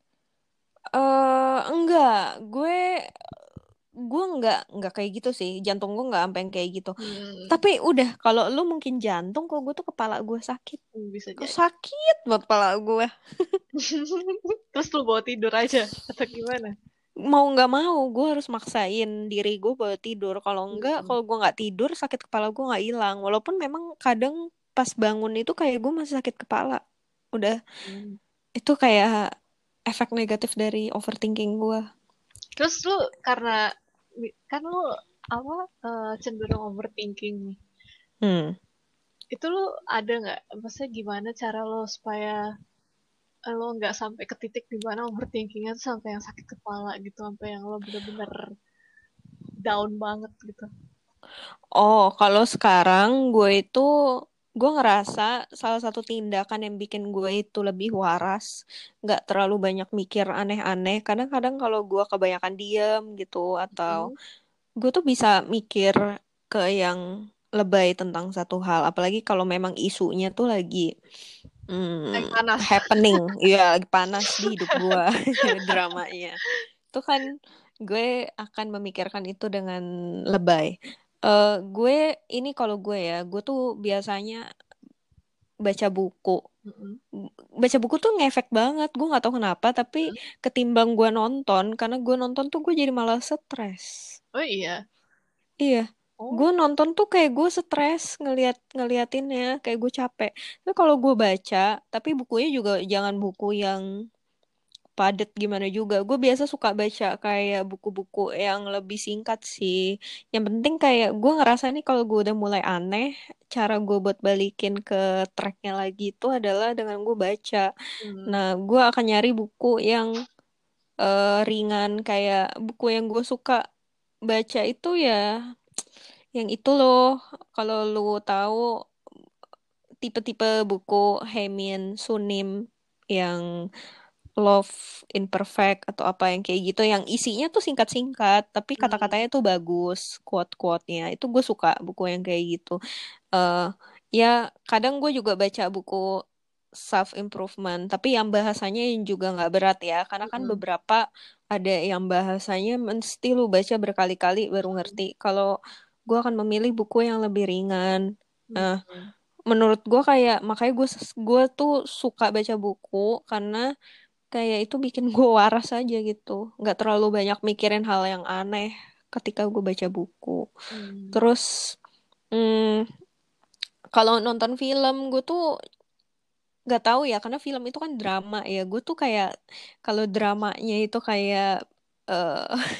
Eh enggak, gue gue nggak nggak kayak gitu sih. Jantung gue nggak sampai yang kayak gitu. Hmm, Tapi udah kalau lu mungkin jantung, kok gue tuh kepala gue sakit. bisa Gue jadi. sakit buat kepala gue. Terus lu bawa tidur aja atau gimana? Mau nggak mau, gue harus maksain diri gue buat tidur. Kalau enggak, Hmm, kalau gue nggak tidur, sakit kepala gue nggak hilang. Walaupun memang kadang pas bangun itu kayak gue masih sakit kepala. Udah, hmm. itu kayak efek negatif dari overthinking gue. Terus lu karena kan lu apa eh, cenderung overthinking nih Hmm. itu lu ada nggak maksudnya gimana cara lo supaya lo nggak sampai ke titik di mana overthinkingnya tuh sampai yang sakit kepala gitu sampai yang lo bener-bener down banget gitu. Oh, kalau sekarang gue itu gue ngerasa salah satu tindakan yang bikin gue itu lebih waras, nggak terlalu banyak mikir aneh-aneh. Kadang-kadang kalau gue kebanyakan diem gitu atau Hmm, gue tuh bisa mikir ke yang lebay tentang satu hal. Apalagi kalau memang isunya tuh lagi naik hmm, panas. happening, ya lagi panas di hidup gue dramanya. Itu kan gue akan memikirkan itu dengan lebay. Eh gue ini kalau gue ya, gue tuh biasanya baca buku. Mm-mm. Baca buku tuh ngefek banget, gue nggak tahu kenapa, tapi Mm. ketimbang gue nonton, karena gue nonton tuh gue jadi malah stres. Oh iya. Iya, Oh. gue nonton tuh kayak gue stres ngeliat ngeliatinnya, kayak gue capek. Tapi kalau gue baca, tapi bukunya juga jangan buku yang padet gimana juga. Gue biasa suka baca kayak buku-buku yang lebih singkat sih. Yang penting kayak gue ngerasa nih kalau gue udah mulai aneh, cara gue buat balikin ke tracknya lagi itu adalah dengan gue baca. Hmm. Nah, gue akan nyari buku yang eh, ringan kayak buku yang gue suka baca itu ya yang itu loh. Kalau lu tahu tipe-tipe buku Hemin Sunim yang Love Imperfect atau apa yang kayak gitu yang isinya tuh singkat-singkat tapi Hmm. kata-katanya tuh bagus quote-quote-nya itu gue suka buku yang kayak gitu. eh Ya kadang gue juga baca buku self improvement tapi yang bahasanya yang juga nggak berat ya karena kan Hmm. beberapa ada yang bahasanya mesti lu baca berkali-kali baru ngerti. Kalau gue akan memilih buku yang lebih ringan. Nah, Hmm. menurut gue kayak makanya gue gue tuh suka baca buku karena kayak itu bikin gue waras aja gitu. Nggak terlalu banyak mikirin hal yang aneh ketika gue baca buku. Hmm. Terus, hmm, kalau nonton film, gue tuh nggak tahu ya, karena film itu kan drama ya. Gue tuh kayak, kalau dramanya itu kayak, eh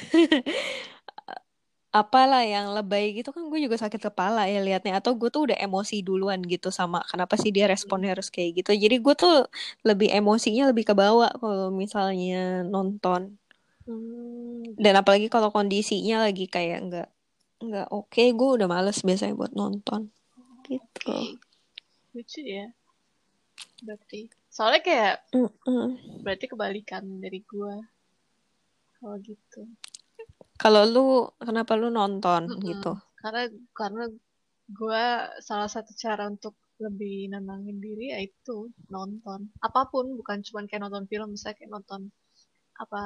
apalah yang lebay gitu kan gue juga sakit kepala ya liatnya. Atau gue tuh udah emosi duluan gitu sama kenapa sih dia Hmm. responnya harus kayak gitu. Jadi gue tuh lebih emosinya lebih ke bawah kalau misalnya nonton. Hmm. Dan apalagi kalau kondisinya lagi kayak nggak nggak oke, gue udah males biasanya buat nonton gitu. Oke. Lucu ya, berarti. Soalnya kayak, Mm-mm. berarti kebalikan dari gua kalau gitu. Kalau lu kenapa lu nonton Mm-mm. gitu? Karena karena gua salah satu cara untuk lebih nenangin diri yaitu nonton. Apapun, bukan cuma kayak nonton film, misalnya kayak nonton apa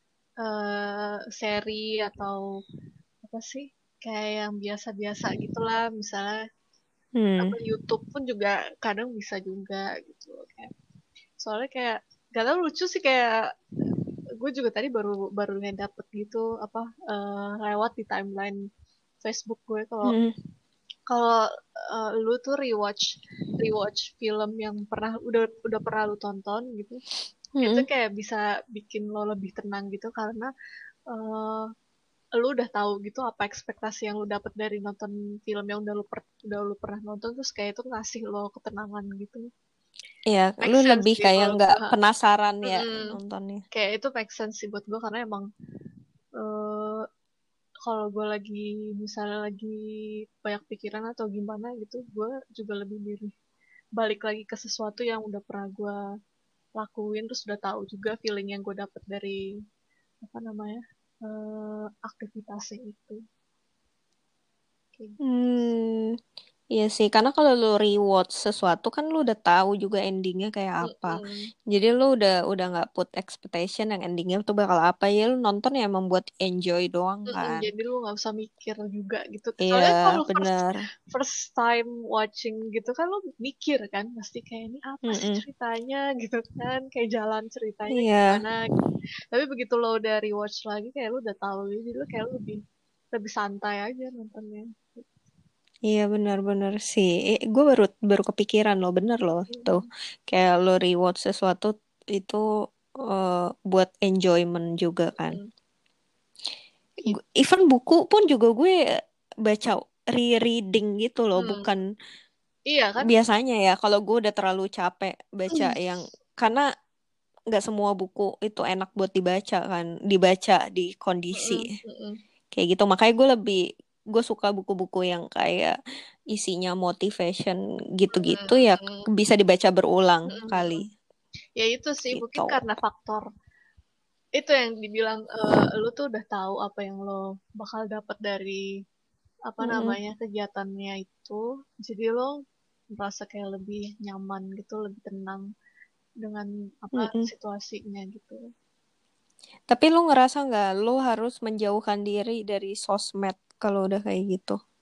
eh seri atau apa sih kayak yang biasa-biasa gitulah, misalnya apa Hmm. YouTube pun juga kadang bisa juga gitu kayak. Soalnya kayak gak tau lucu sih kayak gue juga tadi baru baru ngedapet gitu apa eh, lewat di timeline Facebook gue kalau Hmm. kalau eh, lu tuh rewatch rewatch film yang pernah udah udah pernah lu tonton gitu itu Hmm. kayak bisa bikin lo lebih tenang gitu karena eh, lu udah tahu gitu apa ekspektasi yang lu dapet dari nonton film yang udah lu per, udah lu pernah nonton terus kayak itu ngasih lo ketenangan gitu. Ya, Make lu sense lebih sih kayak kalau nggak gue. penasaran ya Mm-mm. nontonnya. Kayak itu make sense sih buat gue karena emang eh, kalau gue lagi misalnya lagi banyak pikiran atau gimana gitu gue juga lebih milih balik lagi ke sesuatu yang udah pernah gue lakuin terus udah tahu juga feeling yang gue dapet dari apa namanya eh, aktivitasnya itu kayak gitu sih. Hmm. Iya sih, karena kalau lu rewatch sesuatu kan lu udah tahu juga endingnya kayak apa. Mm-mm. Jadi lu udah udah nggak put expectation yang endingnya tuh bakal apa ya lu nonton ya emang buat enjoy doang Mm-mm, kan. jadi lu nggak usah mikir juga gitu. Iya, Soalnya kalau first bener. first time watching gitu kan lu mikir kan pasti kayak ini apa sih Mm-mm. ceritanya gitu kan, kayak jalan ceritanya Iya, gimana gitu. Tapi begitu lo udah rewatch lagi kayak lu udah tahu gitu, jadi lu kayak lu lebih lebih santai aja nontonnya. iya benar-benar sih. Eh, gue baru baru kepikiran loh, bener loh tuh. Mm-mm. Kayak lo rewatch sesuatu itu eh, buat enjoyment juga kan. Mm-mm. Gitu. Gu- Even buku pun juga gue baca rereading gitu loh, Hmm. bukan Iya kan? biasanya ya. Kalau gue udah terlalu capek baca yang karena nggak semua buku itu enak buat dibaca kan, dibaca di kondisi Mm-mm. Mm-mm. kayak gitu. Makanya gue lebih gue suka buku-buku yang kayak isinya motivation gitu-gitu ya Mm-mm. bisa dibaca berulang kali Mm-mm. Ya itu sih gitu. mungkin karena faktor itu yang dibilang eh, lu tuh udah tahu apa yang lo bakal dapat dari apa Mm-mm. namanya kegiatannya itu jadi lo merasa kayak lebih nyaman gitu lebih tenang dengan apa Mm-mm. situasinya gitu. Tapi lu ngerasa nggak lu harus menjauhkan diri dari sosmed kalau udah kayak gitu?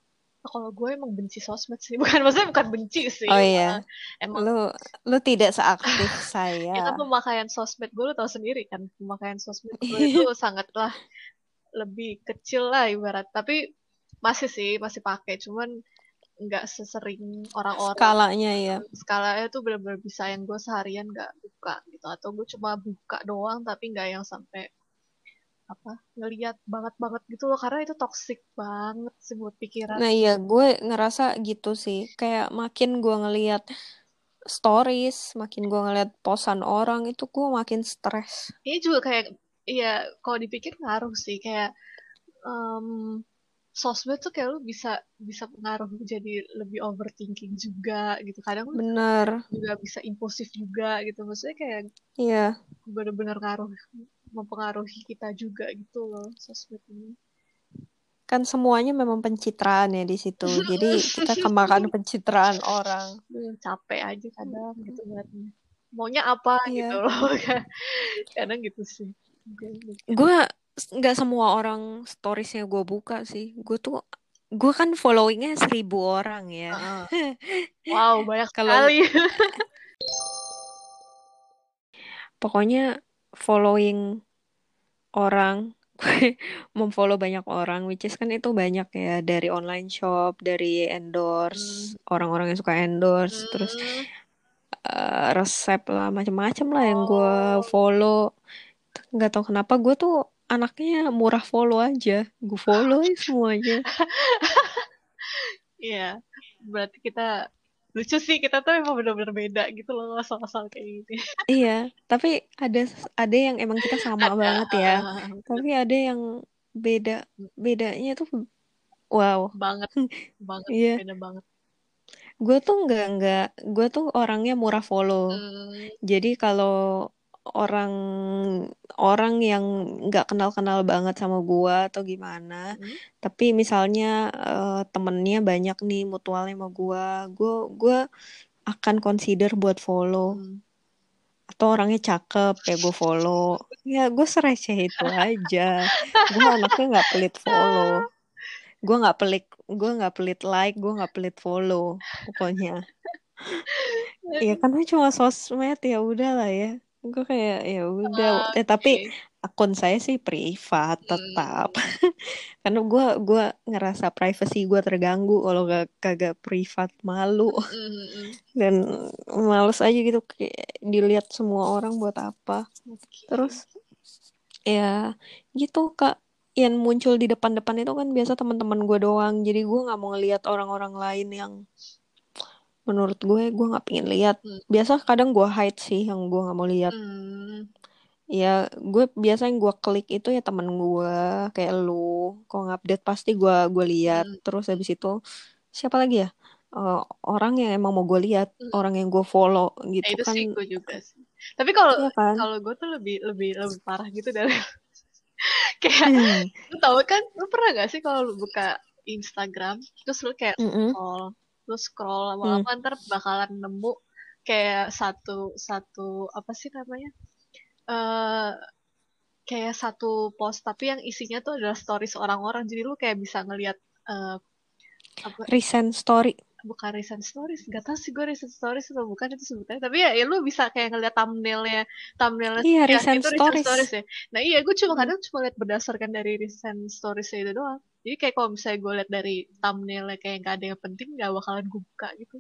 Kalau gue emang benci sosmed sih, bukan maksudnya bukan benci sih, Oh malah iya, emang lu lu tidak seaktif ya kan saya. pemakaian sosmed gue lo tau sendiri kan, pemakaian sosmed gue itu sangatlah lebih kecil lah ibarat, tapi masih sih masih pakai, cuman nggak sesering orang-orang. Skalanya ya. Skalanya tuh benar-benar bisa yang gue seharian nggak buka gitu, atau gue cuma buka doang tapi nggak yang sampai apa ngelihat banget banget gitu loh, karena itu toxic banget sih buat pikiran. Nah iya, gue ngerasa gitu sih. Kayak makin gue ngelihat stories, makin gue ngelihat posan orang itu gue makin stres. Ini juga kayak, ya kalau dipikir ngaruh sih, kayak em, sosmed tuh kayak lu bisa bisa pengaruh jadi lebih overthinking juga gitu. Kadang lu Bener, juga bisa impulsif juga gitu. Maksudnya kayak iya. bener-bener ngaruh, mempengaruhi kita juga gitu loh sosmed ini. Kan semuanya memang pencitraan ya di situ. Jadi kita kemakan pencitraan orang. Duh, capek aja kadang gitu ngeliatnya. Maunya apa gitu Iya. loh. Kadang gitu sih. Gue mikir. Gue nggak semua orang storiesnya gue buka sih. Gue tuh gue kan followingnya seribu orang ya. Heeh. Wow, banyak Kalau sekali. pokoknya following orang, gue memfollow banyak orang, which is kan itu banyak ya dari online shop, dari endorse, Hmm. orang-orang yang suka endorse, terus Hmm. eh, resep lah, macam-macam lah yang gue Oh, follow. Nggak tahu kenapa gue tuh anaknya murah follow aja, gue follow aja semuanya. iya. Berarti kita lucu sih, kita tuh emang bener-bener beda gitu loh soal-soal kayak gini. Iya, tapi ada ada yang emang kita sama Ada banget ya, uh, bener tapi ada yang beda, bedanya tuh wow. banget, banget, Iya, beda banget. gue tuh nggak nggak, gue tuh orangnya murah follow. Hmm. Jadi kalau orang orang yang nggak kenal-kenal banget sama gue atau gimana, Hmm. tapi misalnya eh, temennya banyak nih mutualnya sama gue, gue gue akan consider buat follow. Hmm. Atau orangnya cakep ya gue follow. Ya gue sereceh itu aja. Gue anaknya nggak pelit follow. Gue nggak pelit, gue nggak pelit like, gue nggak pelit follow. Pokoknya. Ya karena cuma sosmed ya udah lah ya. Gue kayak ya udah. Eh tapi Oke. akun saya sih privat tetap. Hmm. Karena gue gua ngerasa privacy gue terganggu kalau gak kagak privat malu Hmm. Hmm. Hmm. dan males aja gitu kayak dilihat semua orang buat apa. Terus Oke. ya gitu Kak. Yang muncul di depan-depan itu kan biasa teman-teman gue doang. Jadi gue nggak mau ngelihat orang-orang lain yang menurut gue gue nggak pengen lihat. Hmm. Biasa kadang gue hide sih yang gue nggak mau lihat. Hmm. Ya gue biasa yang gue klik itu ya temen gue kayak lu. Kalau ngupdate pasti gue gue lihat. Hmm. Terus habis itu siapa lagi ya? Eh, orang yang emang mau gue lihat, Hmm. orang yang gue follow Eh, gitu itu kan. sih gue juga sih. Tapi kalau Iya kan? kalau gue tuh lebih lebih lebih parah gitu dari kayak, lu tau kan, lu pernah gak sih kalau lu buka Instagram terus lu kayak Mm-mm. scroll, lu scroll Hmm. lama-lama ntar bakalan nemu kayak satu satu apa sih namanya, eh kayak satu post tapi yang isinya tuh adalah stories orang-orang, jadi lu kayak bisa ngelihat eh, apa, Recent story. bukan recent stories, gak tau sih gue recent stories atau bukan itu sebutannya, tapi ya, ya lu bisa kayak ngeliat thumbnailnya, thumbnailnya Iya, ya recent itu recent stories. stories ya. Nah iya, gue cuma Mm. kadang cuma lihat berdasarkan dari recent stories itu doang, jadi kayak kalau misalnya gue lihat dari thumbnailnya kayak gak ada yang penting, gak bakalan gue buka gitu.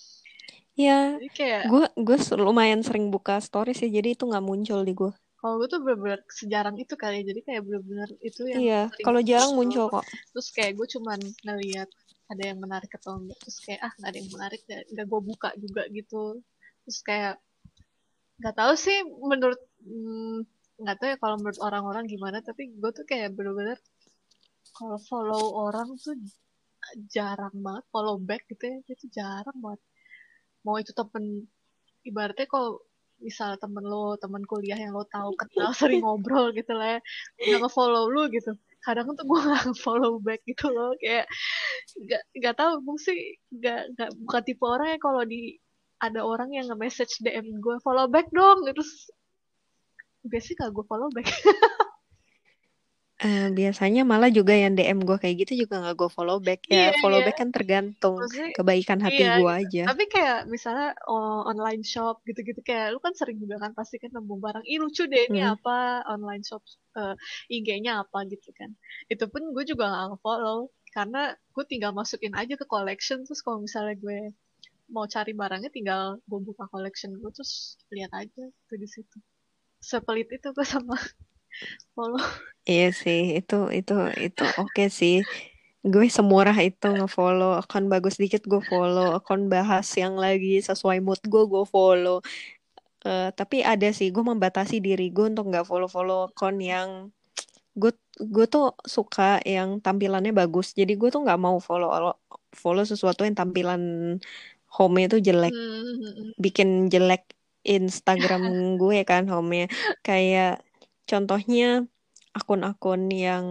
Iya, Jadi kayak gue gue lumayan sering buka stories sih, jadi itu nggak muncul di gue. kalau gue tuh bener-bener sejarang itu kali ya, jadi kayak bener-bener itu yang Iya, sering kalau jarang muncul, muncul kok. terus kayak gue cuman ngeliat ada yang menarik atau enggak, terus kayak ah nggak ada yang menarik, nggak nggak gue buka juga gitu. Terus kayak nggak tahu sih menurut hmm, nggak tahu ya kalau menurut orang-orang gimana, tapi gue tuh kayak bener-bener kalau follow orang tuh jarang banget, follow back gitu ya itu jarang banget. Mau itu temen, ibaratnya kalau misal temen lo, temen kuliah yang lo tahu kenal sering ngobrol gitu lah ya, udah nge-follow lu gitu, kadang tuh gue gak nge-follow back gitu loh, kayak nggak nggak tahu, gue sih nggak nggak bukan tipe orang yang kalau di ada orang yang nge-message D M gue follow back dong, terus biasanya gak gue follow back. Eh, biasanya malah juga yang D M gue kayak gitu juga nggak gue follow back ya. Iya, Follow iya. back kan tergantung Maksudnya kebaikan hati iya gue gitu. aja. Tapi kayak misalnya oh, online shop gitu-gitu kayak lu kan sering juga kan pasti kan nemu barang. Ih lucu deh ini Hmm. apa online shop eh, I G-nya apa gitu kan. Itu pun gue juga gak follow karena gue tinggal masukin aja ke collection terus kalau misalnya gue mau cari barangnya tinggal gue buka collection gue terus lihat aja tuh di situ. Sepelit itu gue sama follow. Iya sih, itu itu itu oke sih. Gue semurah itu ngefollow akun bagus dikit gue follow, akun bahas yang lagi sesuai mood gue gue follow. Eh, tapi ada sih, gue membatasi diri gue untuk nggak follow-follow akun yang gue gue tuh suka yang tampilannya bagus. Jadi gue tuh nggak mau follow follow sesuatu yang tampilan home itu jelek, Hmm, bikin jelek Instagram gue kan home-nya. Kayak contohnya akun-akun yang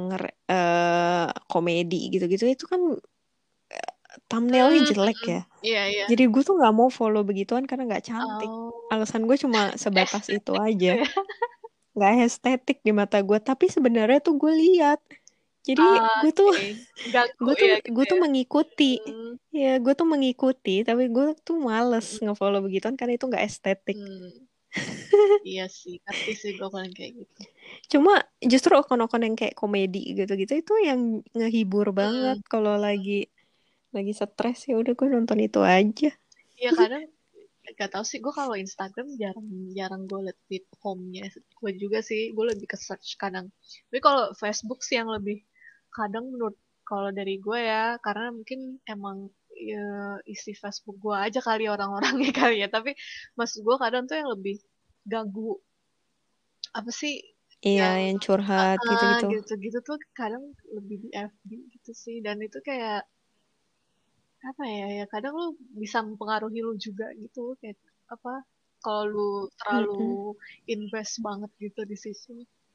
eh, komedi gitu-gitu itu kan thumbnailnya hmm, jelek hmm. ya. Iya, iya. Jadi gue tuh nggak mau follow begituan karena nggak cantik. Oh, Alasan gue cuma sebatas itu estetik aja. gitu ya. Nggak estetik di mata gue. Tapi sebenarnya tuh gue lihat. Jadi Ah, gue tuh oke. Ganggu gue tuh ya gitu gue tuh ya. mengikuti. Hmm, Ya gue tuh mengikuti. Tapi gue tuh males mm, ngefollow begituan karena itu nggak estetik. hmm. Iya sih, ngerti sih gue paling kayak gitu. Cuma justru akun-akun yang kayak komedi gitu-gitu itu yang ngehibur banget Hmm. kalau lagi lagi stres ya udah gue nonton itu aja. Iya kadang gak tau sih gue kalau Instagram jarang jarang gue liat feed home-nya. Gue juga sih, gue lebih ke search kadang. Tapi kalau Facebook sih yang lebih kadang menurut kalau dari gue ya, karena mungkin emang ya, isi Facebook gue aja kali orang-orangnya kali ya. Tapi maksud gue kadang tuh yang lebih ganggu apa sih Iya, yang yang curhat ah, gitu-gitu. gitu-gitu tuh kadang lebih di F B gitu sih dan itu kayak apa ya ya kadang lu bisa mempengaruhi lu juga gitu kayak apa kalau lu terlalu Mm-mm. invest banget gitu di situ.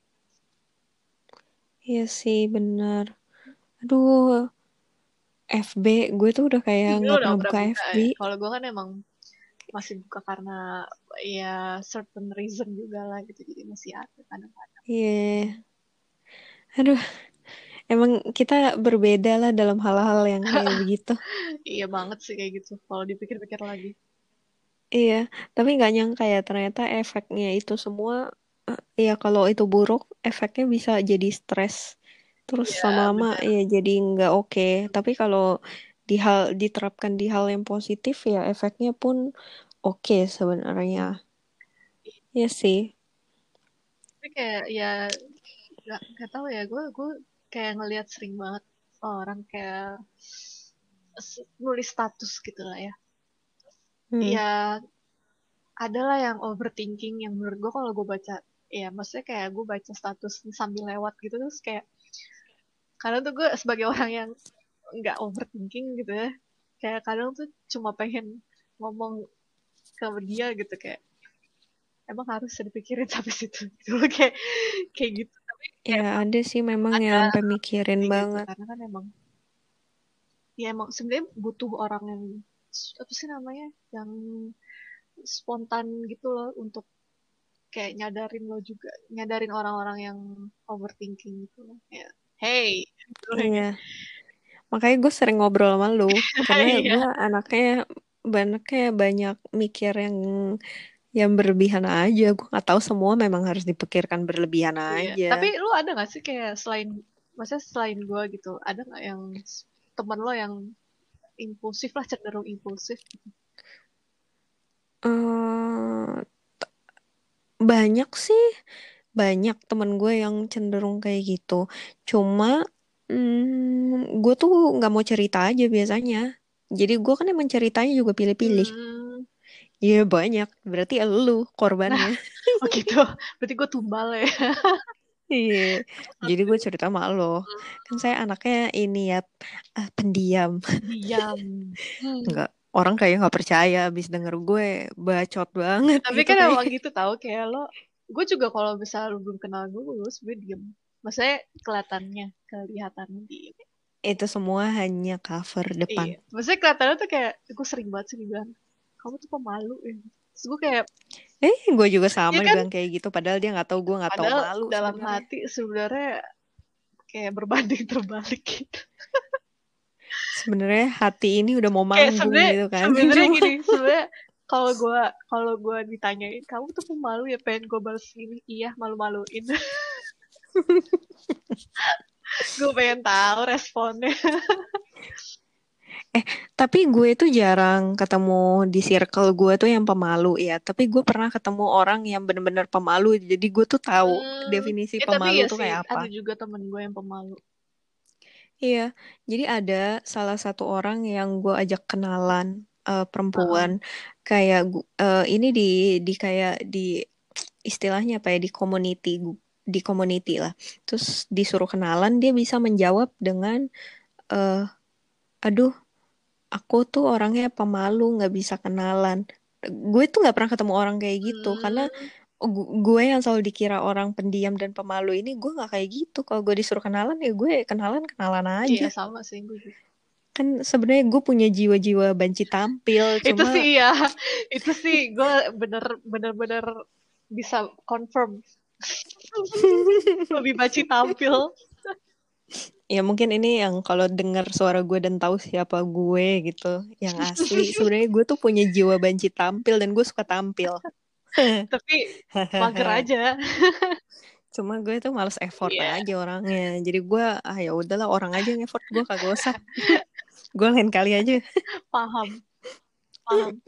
Iya sih, benar. Aduh, F B, gue tuh udah kayak Hmm, lu nggak udah pernah pernah buka buka F B. ya kalau gue kan emang masih buka karena ya certain reason juga lah gitu jadi masih ada kadang-kadang. Iya, aduh, emang kita berbeda lah dalam hal-hal yang kayak begitu. Iya banget sih kayak gitu kalau dipikir-pikir lagi. Iya, tapi nggak nyangka ya ternyata efeknya itu semua, eh, ya kalau itu buruk, efeknya bisa jadi stres. Terus Iya lama-lama benar. ya jadi nggak oke. Tapi kalau di hal diterapkan di hal yang positif ya efeknya pun oke sebenarnya. Iya sih. Tapi kayak ya nggak nggak tahu ya gue gue kayak ngelihat sering banget orang kayak s- nulis status gitu lah ya Hmm. ya ada lah yang overthinking yang menurut gue kalau gue baca ya maksudnya kayak gue baca status sambil lewat gitu terus kayak kadang tuh gue sebagai orang yang nggak overthinking gitu ya kayak kadang tuh cuma pengen ngomong ke dia gitu kayak emang harus dipikirin sampai situ gitu loh kayak kayak gitu tapi Ya kayak emang ada sih memang yang ada sampai mikirin kayak gitu banget. karena kan emang ya emang sebenarnya butuh orang yang apa sih namanya yang spontan gitu loh untuk kayak nyadarin lo juga nyadarin orang-orang yang overthinking gitu loh kayak hey gitu loh, kayak, Iya, makanya gue sering ngobrol sama lu karena iya gue anaknya anaknya banyak mikir yang yang berlebihan aja. Gue nggak tahu semua memang harus dipikirkan berlebihan iya aja. tapi lu ada gak sih kayak selain maksudnya selain gue gitu ada nggak yang temen lo yang impulsif lah cenderung impulsif gitu eh banyak sih, banyak temen gue yang cenderung kayak gitu. Cuma mm, gue tuh nggak mau cerita aja biasanya. Jadi gue kan emang ceritanya juga pilih-pilih. hmm Iya banyak, berarti elu nah korbannya. oh gitu berarti gue tumbal ya Iya, jadi gue cerita sama lo. Kan saya anaknya ini ya, ah, pendiam. diam hmm. Nggak, orang kayak nggak percaya abis denger gue bacot banget Tapi gitu kan kayak. emang gitu tau kayak lo gue juga kalau misalnya lu belum kenal gue gue sebenernya diem maksudnya kelihatannya kelihatannya diem Itu semua hanya cover depan. iya maksudnya kelihatannya tuh kayak gue sering banget sih dibilang kamu tuh pemalu ya terus gue kayak Eh, gue juga sama ya kan dibilang kayak gitu. Padahal dia nggak tahu gue nggak tahu padahal malu dalam sebenarnya. hati sebenarnya kayak berbanding terbalik gitu. Sebenarnya hati ini udah mau Kayak manggung sebenarnya gitu kan. sebenarnya Cuma gini, sebenarnya kalau gue kalau gue ditanyain kamu tuh pemalu ya, pengen gue balas gini, iya malu-maluin. Gue pengen tahu responnya. eh tapi gue tuh jarang ketemu di circle gue tuh yang pemalu ya. Tapi gue pernah ketemu orang yang bener-bener pemalu. Jadi gue tuh tahu Hmm, definisi eh tapi pemalu ya tuh sih, kayak apa. ada juga temen gue yang pemalu. Iya, jadi ada salah satu orang yang gue ajak kenalan eh, Heeh. perempuan kayak gu- eh, ini di di kayak di istilahnya apa ya di community gu- di community lah. Terus disuruh kenalan dia bisa menjawab dengan eh aduh aku tuh orangnya pemalu nggak bisa kenalan. Gue tuh nggak pernah ketemu orang kayak gitu karena Hmm, gu- gue yang selalu dikira orang pendiam dan pemalu ini gue nggak kayak gitu. Kalau gue disuruh kenalan ya gue kenalan kenalan iya aja. sama sih gue juga. Kan sebenarnya gue punya jiwa-jiwa banci tampil Itu cuma sih iya, itu sih gue bener bener bener bisa confirm. Lebih baci tampil. ya mungkin ini yang kalau dengar suara gue dan tahu siapa gue gitu yang asli sebenarnya gue tuh punya jiwa banci tampil dan gue suka tampil. Tapi mager aja. Cuma gue tuh males effort Iya, aja orangnya jadi gue ah ya udahlah orang aja yang effort gue kagak usah. Gue lain kali aja. paham, paham.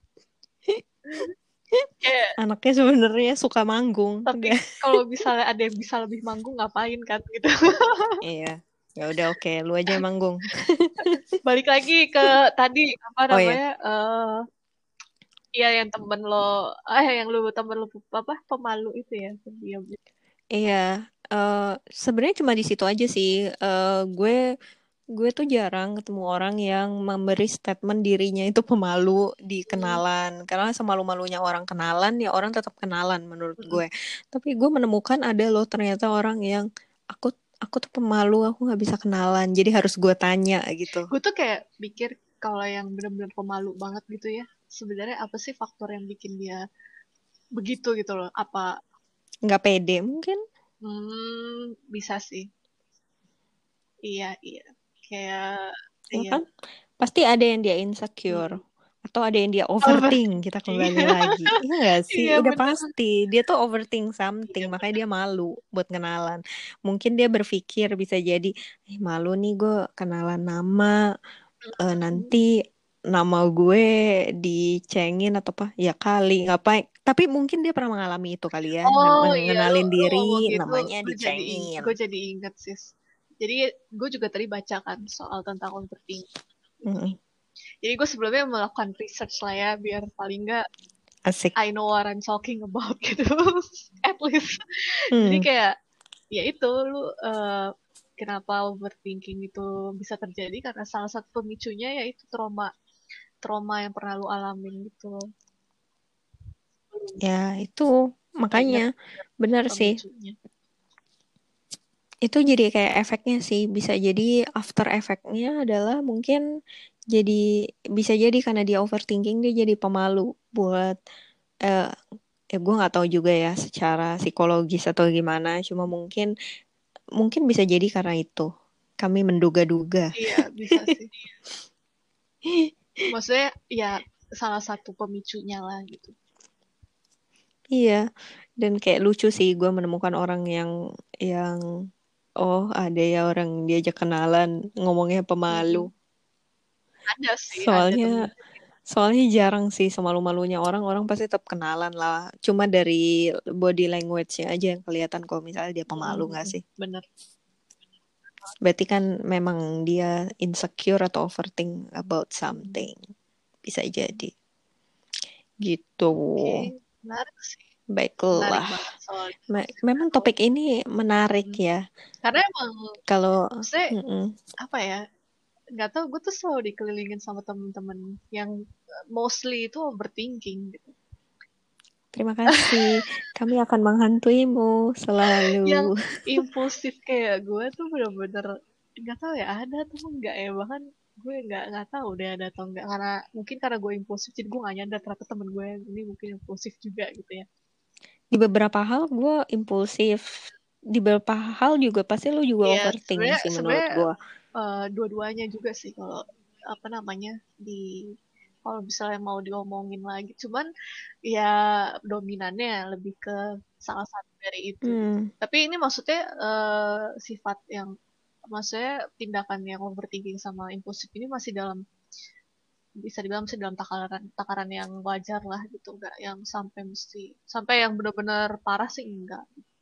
Kayak, Anaknya sebenarnya suka manggung tapi udah. kalau misalnya ada yang bisa lebih manggung ngapain kan gitu. Iya ya udah oke lu aja yang manggung. Balik lagi ke tadi apa Oh iya. namanya? eh Iya yang temen lo, eh yang lu temen lo apa pemalu itu ya, pendiam itu. Iya, eh sebenarnya cuma di situ aja sih. Eh gue gue tuh jarang ketemu orang yang memberi statement dirinya itu pemalu di Hmm, kenalan. Karena semalu-malunya orang kenalan, ya orang tetap kenalan menurut mm-mm. gue. Tapi gue menemukan ada loh ternyata orang yang aku aku tuh pemalu, aku nggak bisa kenalan. Jadi harus gue tanya gitu. Gue tuh kayak mikir kalau yang bener-bener pemalu banget gitu ya, sebenarnya apa sih faktor yang bikin dia begitu gitu loh? Apa Nggak pede mungkin, hmm, bisa sih. Iya, iya. Kayak ya iya. kan? Pasti ada yang dia insecure. Hmm. Atau ada yang dia overthink, kita Overthinking. kembali lagi. Iya nggak sih? Iya Udah bener. pasti. Dia tuh overthink something, Iya makanya bener. dia malu buat kenalan. Mungkin dia berpikir bisa jadi, eh, malu nih gue kenalan nama, eh, nanti nama gue dicengin atau apa? Ya kali, ngapain? Tapi mungkin dia pernah mengalami itu kali ya, Oh ngen- iya, lu ngenalin lu diri, ngomong gitu, namanya gue jadi dicengin. gue jadi inget sis. Jadi gue juga tadi baca kan soal tentang overthinking. Mm-mm. Jadi gue sebelumnya melakukan research lah ya, biar paling nggak Asik. I know what I'm talking about gitu, at least. Jadi Hmm. kayak ya itu lu eh, kenapa overthinking itu bisa terjadi karena salah satu pemicunya yaitu trauma trauma yang pernah lu alamin gitu. Ya itu makanya Banyak benar sih. pemicunya. Itu jadi kayak efeknya sih bisa jadi after efeknya adalah mungkin jadi bisa jadi karena dia overthinking dia jadi pemalu buat eh ya gue nggak tahu juga ya secara psikologis atau gimana cuma mungkin mungkin bisa jadi karena itu kami menduga-duga. Iya bisa sih. Maksudnya ya salah satu pemicunya lah gitu. Iya dan kayak lucu sih gue menemukan orang yang yang oh ada ya orang diajak kenalan ngomongnya pemalu Mm-mm. Ada sih, ada soalnya temen. Soalnya jarang sih semalu-malunya orang, orang pasti tetap kenalan lah. Cuma dari body language-nya aja yang kelihatan kalau misalnya dia pemalu nggak Mm-mm. sih. Bener. Berarti kan memang dia insecure atau overthink about Mm-mm. something. Bisa jadi. Gitu. Oke, menarik sih. Menarik Baiklah. banget soalnya. Me- memang topik ini menarik Mm-mm. ya. Karena emang, Kalau maksudnya mm-mm. apa ya? Nggak tahu, gue tuh selalu dikelilingin sama temen-temen yang uh, mostly itu overthinking gitu. Terima kasih. Kami akan menghantuimu Yang selalu. impulsif kayak gue tuh bener-bener nggak tahu ya ada tuh enggak ya, bahkan gue nggak nggak tahu deh ada atau enggak, karena mungkin karena gue impulsif jadi gue nggak nyadar ternyata temen gue ini mungkin impulsif juga gitu ya. Di beberapa hal gue impulsif. di beberapa hal juga pasti lu juga Iya, overthink sebenarnya sih menurut sebenarnya gua. eh, dua-duanya juga sih kalau apa namanya di kalau misalnya mau diomongin lagi. Cuman ya dominannya lebih ke salah satu dari itu gitu. Hmm, Tapi ini maksudnya eh, sifat yang maksudnya tindakan yang overthinking sama impulsif ini masih dalam bisa dibilang masih dalam takaran takaran yang wajar lah gitu, enggak yang sampai mesti sampai yang benar-benar parah sih enggak.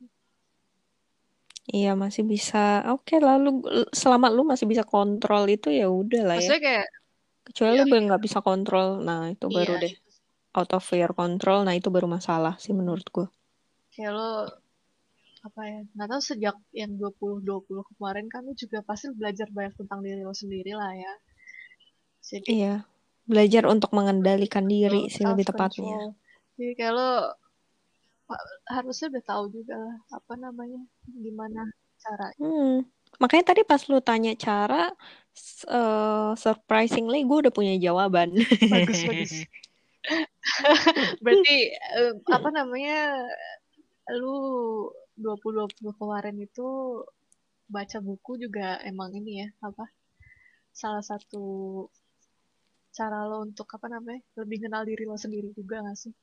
iya masih bisa. Oke, lalu selama lu masih bisa kontrol itu ya udah lah ya. Maksudnya kayak Kecuali ya lu bener nggak bisa kontrol, nah itu iya baru deh itu sih. out of your control. Nah itu baru masalah sih menurut gua. Kayak lo apa ya nggak tahu sejak yang dua puluh dua puluh kemarin kan lu juga pasti belajar banyak tentang diri lo sendiri lah ya, jadi Iya, belajar untuk mengendalikan diri sih self lebih tepatnya. control, jadi kayak lo harusnya udah tahu juga lah apa namanya gimana cara. Hmm. Makanya tadi pas lu tanya cara, s- eh, surprisingly gue udah punya jawaban. Bagus bagus. Berarti eh, apa namanya lu dua puluh dua puluh kemarin itu baca buku juga emang ini ya apa salah satu cara lo untuk apa namanya lebih kenal diri lo sendiri juga gak sih?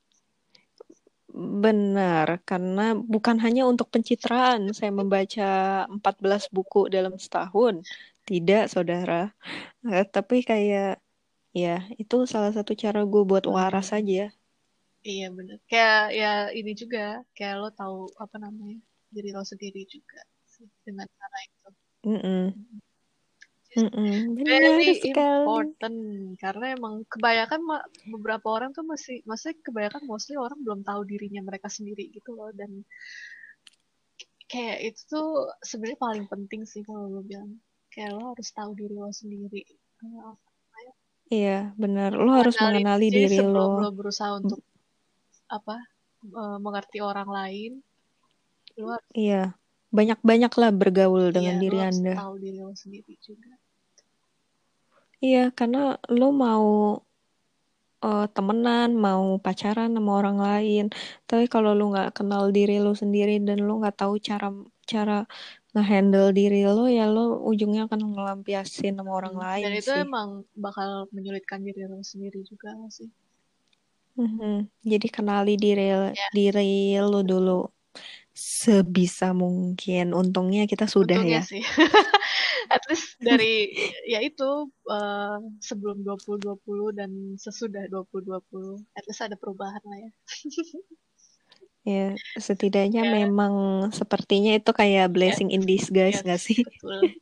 Benar, karena bukan hanya untuk pencitraan saya membaca empat belas buku dalam setahun. Tidak, saudara. Eh, tapi kayak, ya itu salah satu cara gue buat waras Hmm, aja. iya bener. Kayak ya ini juga, kayak lo tahu apa namanya diri lo sendiri juga sih dengan cara itu. Mm-mm. Just Mm-mm. Benar very sekali. important karena emang kebanyakan ma- beberapa orang tuh masih, maksudnya kebanyakan mostly orang belum tahu dirinya mereka sendiri gitu loh dan kayak itu tuh sebenarnya paling penting sih kalau lo bilang kayak lo harus tahu diri lo sendiri. Eh, apa ya, Iya, benar. Lo harus mengenali mengenali jadi diri lo. sebelum lo berusaha untuk apa eh, mengerti orang lain lo harus Iya, banyak-banyaklah bergaul iya dengan lo diri harus Anda. tahu diri lo sendiri juga. Iya, karena lo mau eh, temenan, mau pacaran sama orang lain. Tapi kalau lo nggak kenal diri lo sendiri dan lo nggak tahu cara cara ngehandle diri lo, ya lo ujungnya akan ngelampiasin sama orang Hmm, dan lain itu sih. emang bakal menyulitkan diri lo sendiri juga nggak sih. Mhm. Jadi kenali diri Ya diri lo dulu betul. sebisa mungkin. Untungnya kita sudah Untungnya ya. sih at least dari ya itu eh, sebelum dua puluh dua puluh dan sesudah dua puluh dua puluh at least ada perubahan lah ya. Ya, setidaknya Ya memang sepertinya itu kayak yes blessing in disguise yes gak sih? betul.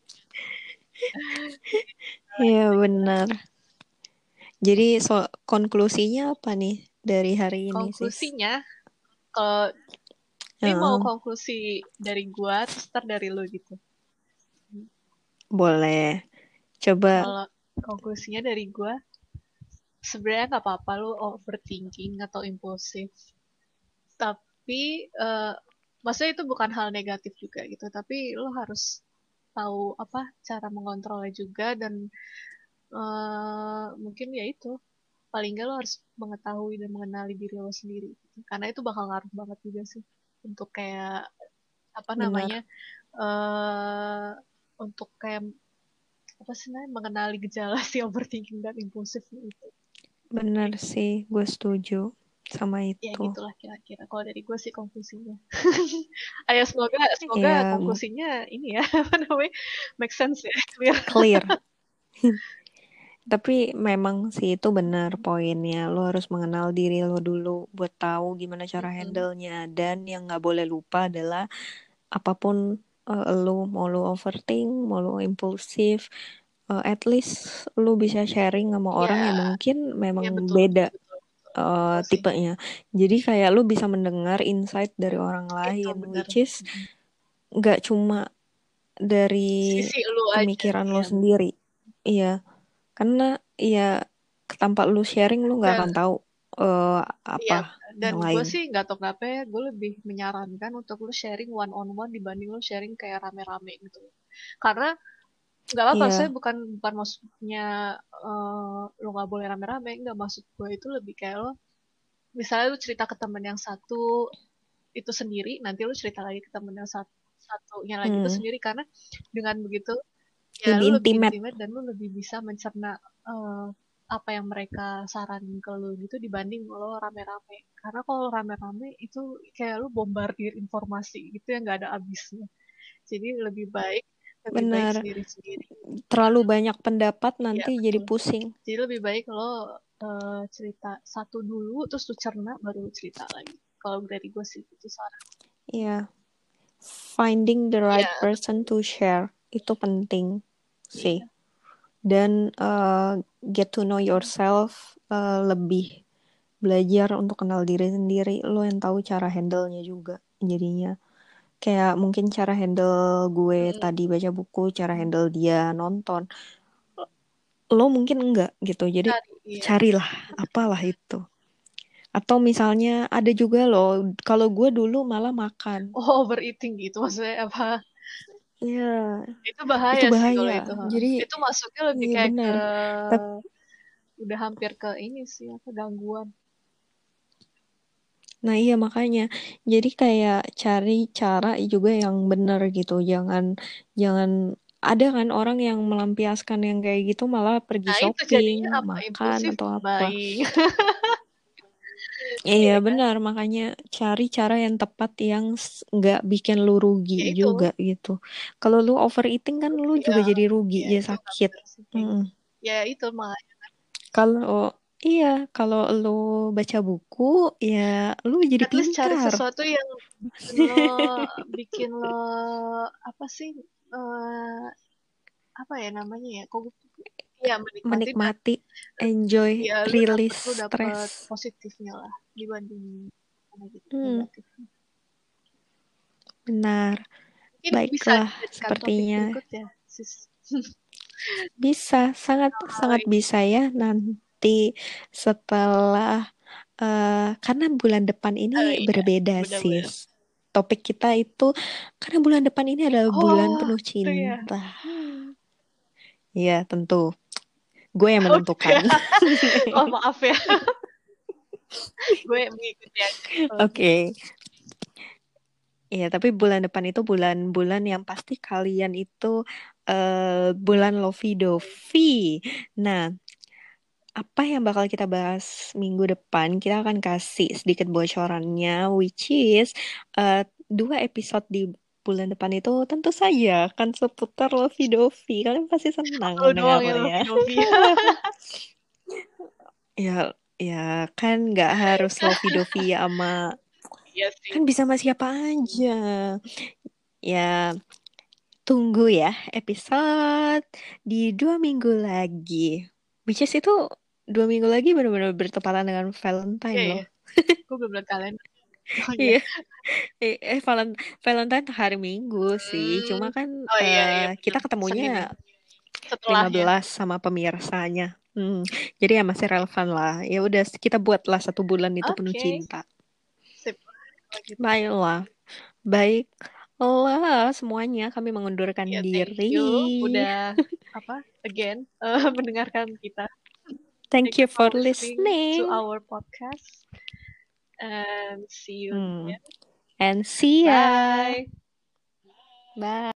Iya benar. Jadi so konklusinya apa nih dari hari ini, sis? Konklusinya kalau ini mau Heeh, konklusi dari gua terus ntar dari lo gitu. boleh. Coba. Kalau konklusinya dari gua sebenarnya nggak apa-apa lo overthinking atau impulsif, tapi eh, maksudnya itu bukan hal negatif juga gitu, tapi lo harus tahu apa cara mengontrolnya juga dan eh, mungkin ya itu paling nggak lo harus mengetahui dan mengenali diri lo sendiri gitu. Karena itu bakal ngaruh banget juga sih untuk kayak apa namanya Benar. eh untuk kayak apa sih namanya mengenali gejala si overthinking dan impulsif itu. Benar sih, gue setuju sama Ya itu. gitulah kira-kira kalau dari gue sih konklusinya. Ayo semoga semoga Ya, mu- konklusinya ini ya apa namanya make sense ya clear. clear. Tapi memang sih itu benar poinnya. Lo harus mengenal diri lo dulu buat tahu gimana cara Mm-mm. handle-nya. Dan yang nggak boleh lupa adalah apapun eh, lo mau lo overthink, mau lo impulsif, eh, at least lo bisa sharing sama orang Ya yang mungkin memang ya betul beda betul betul betul, eh, betul sih tipenya. Jadi kayak lu bisa mendengar insight dari orang itu lain, benar. which is nggak cuma dari Sisi lu aja pemikiran lo ya betul. sendiri. Iya, karena ya tanpa lu sharing lu nggak Dan akan tahu eh, apa iya, dan yang gue lain. sih nggak tau kenapa ya, gue lebih menyarankan untuk lu sharing one on one dibanding lu sharing kayak rame-rame gitu. Karena nggak apa-apa, saya Iya, bukan bukan maksudnya eh, lu nggak boleh rame-rame, nggak maksud gue itu lebih kayak lo, misalnya lu cerita ke temen yang satu itu sendiri, nanti lu cerita lagi ke temen yang satu satunya lagi itu Hmm. sendiri, karena dengan begitu ya Lebih lu lebih intimate. intimate dan lu lebih bisa mencerna uh, apa yang mereka saranin ke lu gitu dibanding lo rame-rame. Karena kalau rame-rame itu kayak lu bombardir informasi gitu yang nggak ada habisnya. Jadi lebih baik lebih baik Benar. sendiri-sendiri. Terlalu banyak pendapat Ya, nanti betul. jadi pusing. Jadi lebih baik lo uh, cerita satu dulu, terus lu cerna, baru lu cerita lagi. Kalau dari gue sih itu saran. Iya. Finding the right Ya, person betul. to share itu penting sih. Iya. Dan uh, get to know yourself, uh, lebih belajar untuk kenal diri sendiri. Lo yang tahu cara handle-nya juga jadinya. Kayak mungkin cara handle gue Hmm. tadi baca buku, cara handle dia nonton. Lo mungkin enggak gitu. Jadi Cari, iya. carilah apalah itu. Atau misalnya ada juga loh, kalau gue dulu malah makan. Oh, overeating gitu maksudnya apa? Iya, Itu itu bahaya sih kalau bahaya. itu. Ha. Jadi, Itu masuknya lebih iya kayak ke benar. Tapi udah hampir ke ini sih apa gangguan. nah iya makanya. Jadi kayak cari cara juga yang benar gitu. Jangan jangan ada kan orang yang melampiaskan yang kayak gitu malah pergi Nah, itu shopping, jadinya apa? makan Impulsif atau apa. buying. Iya Iya kan? benar, makanya cari cara yang tepat yang s- nggak bikin lu rugi Ya itu. juga gitu. Kalau lu overeating kan lu Rugi, juga ya, jadi rugi, ya jadi itu nggak sakit. benar sih kayak Mm. gitu. Ya itu makanya Kalau iya, kalau lu baca buku ya lu jadi at least cari pintar. sesuatu yang bikin lo bikin lo apa sih eh, apa ya namanya ya? Kok ya menikmati dan Menikmati, enjoy, ya lu dapet release lu dapet stres. positifnya lah dibanding negatif Hmm, negatifnya. benar. Mungkin bisa Baiklah, dijadikan topik sepertinya berikutnya, sis. bisa, sangat Hal sangat ini. bisa ya nanti setelah eh karena bulan depan Oh ini iya, berbeda benar-benar. sis. Topik kita itu karena bulan depan ini adalah bulan Oh, penuh itu ya. cinta. Hmm. Ya, tentu. Gue yang Oh gitu ya. menentukan. Oh maaf ya, gue mengikuti aja. Oke. Okay. Iya, tapi bulan depan itu bulan-bulan yang pasti kalian itu eh bulan Lovey-dovey. Nah, apa yang bakal kita bahas minggu depan? Kita akan kasih sedikit bocorannya, which is eh, dua episode di bulan depan itu tentu saja akan seputar Lovey-dovey. Kalian pasti senang Lu doang ya mendengarnya. Lovi Novi. Ya, ya kan nggak harus Lovey-dovey sama Iya sih. kan bisa sama siapa aja. Ya, tunggu ya episode di dua minggu lagi. Which is itu dua minggu lagi benar-benar bertepatan dengan Iya Valentine iya. loh. Gue belum liat kalender. Oh iya. Iya, eh, eh Valen- Valentine hari Minggu sih. Hmm. Cuma kan Oh iya eh, iya kita benar. ketemunya Senin ya. lima Setelahnya. belas sama pemirsanya. Hmm, jadi ya masih relevan lah. Ya udah kita buatlah satu bulan itu Oke. penuh Okay. cinta. Sip. Kalau gitu. Baiklah, baiklah semuanya kami mengundurkan Ya, thank diri. you udah apa again uh, mendengarkan kita. Thank Thank you you for for listening to listening. our podcast and see you Hmm. again. And see ya. Bye. Bye.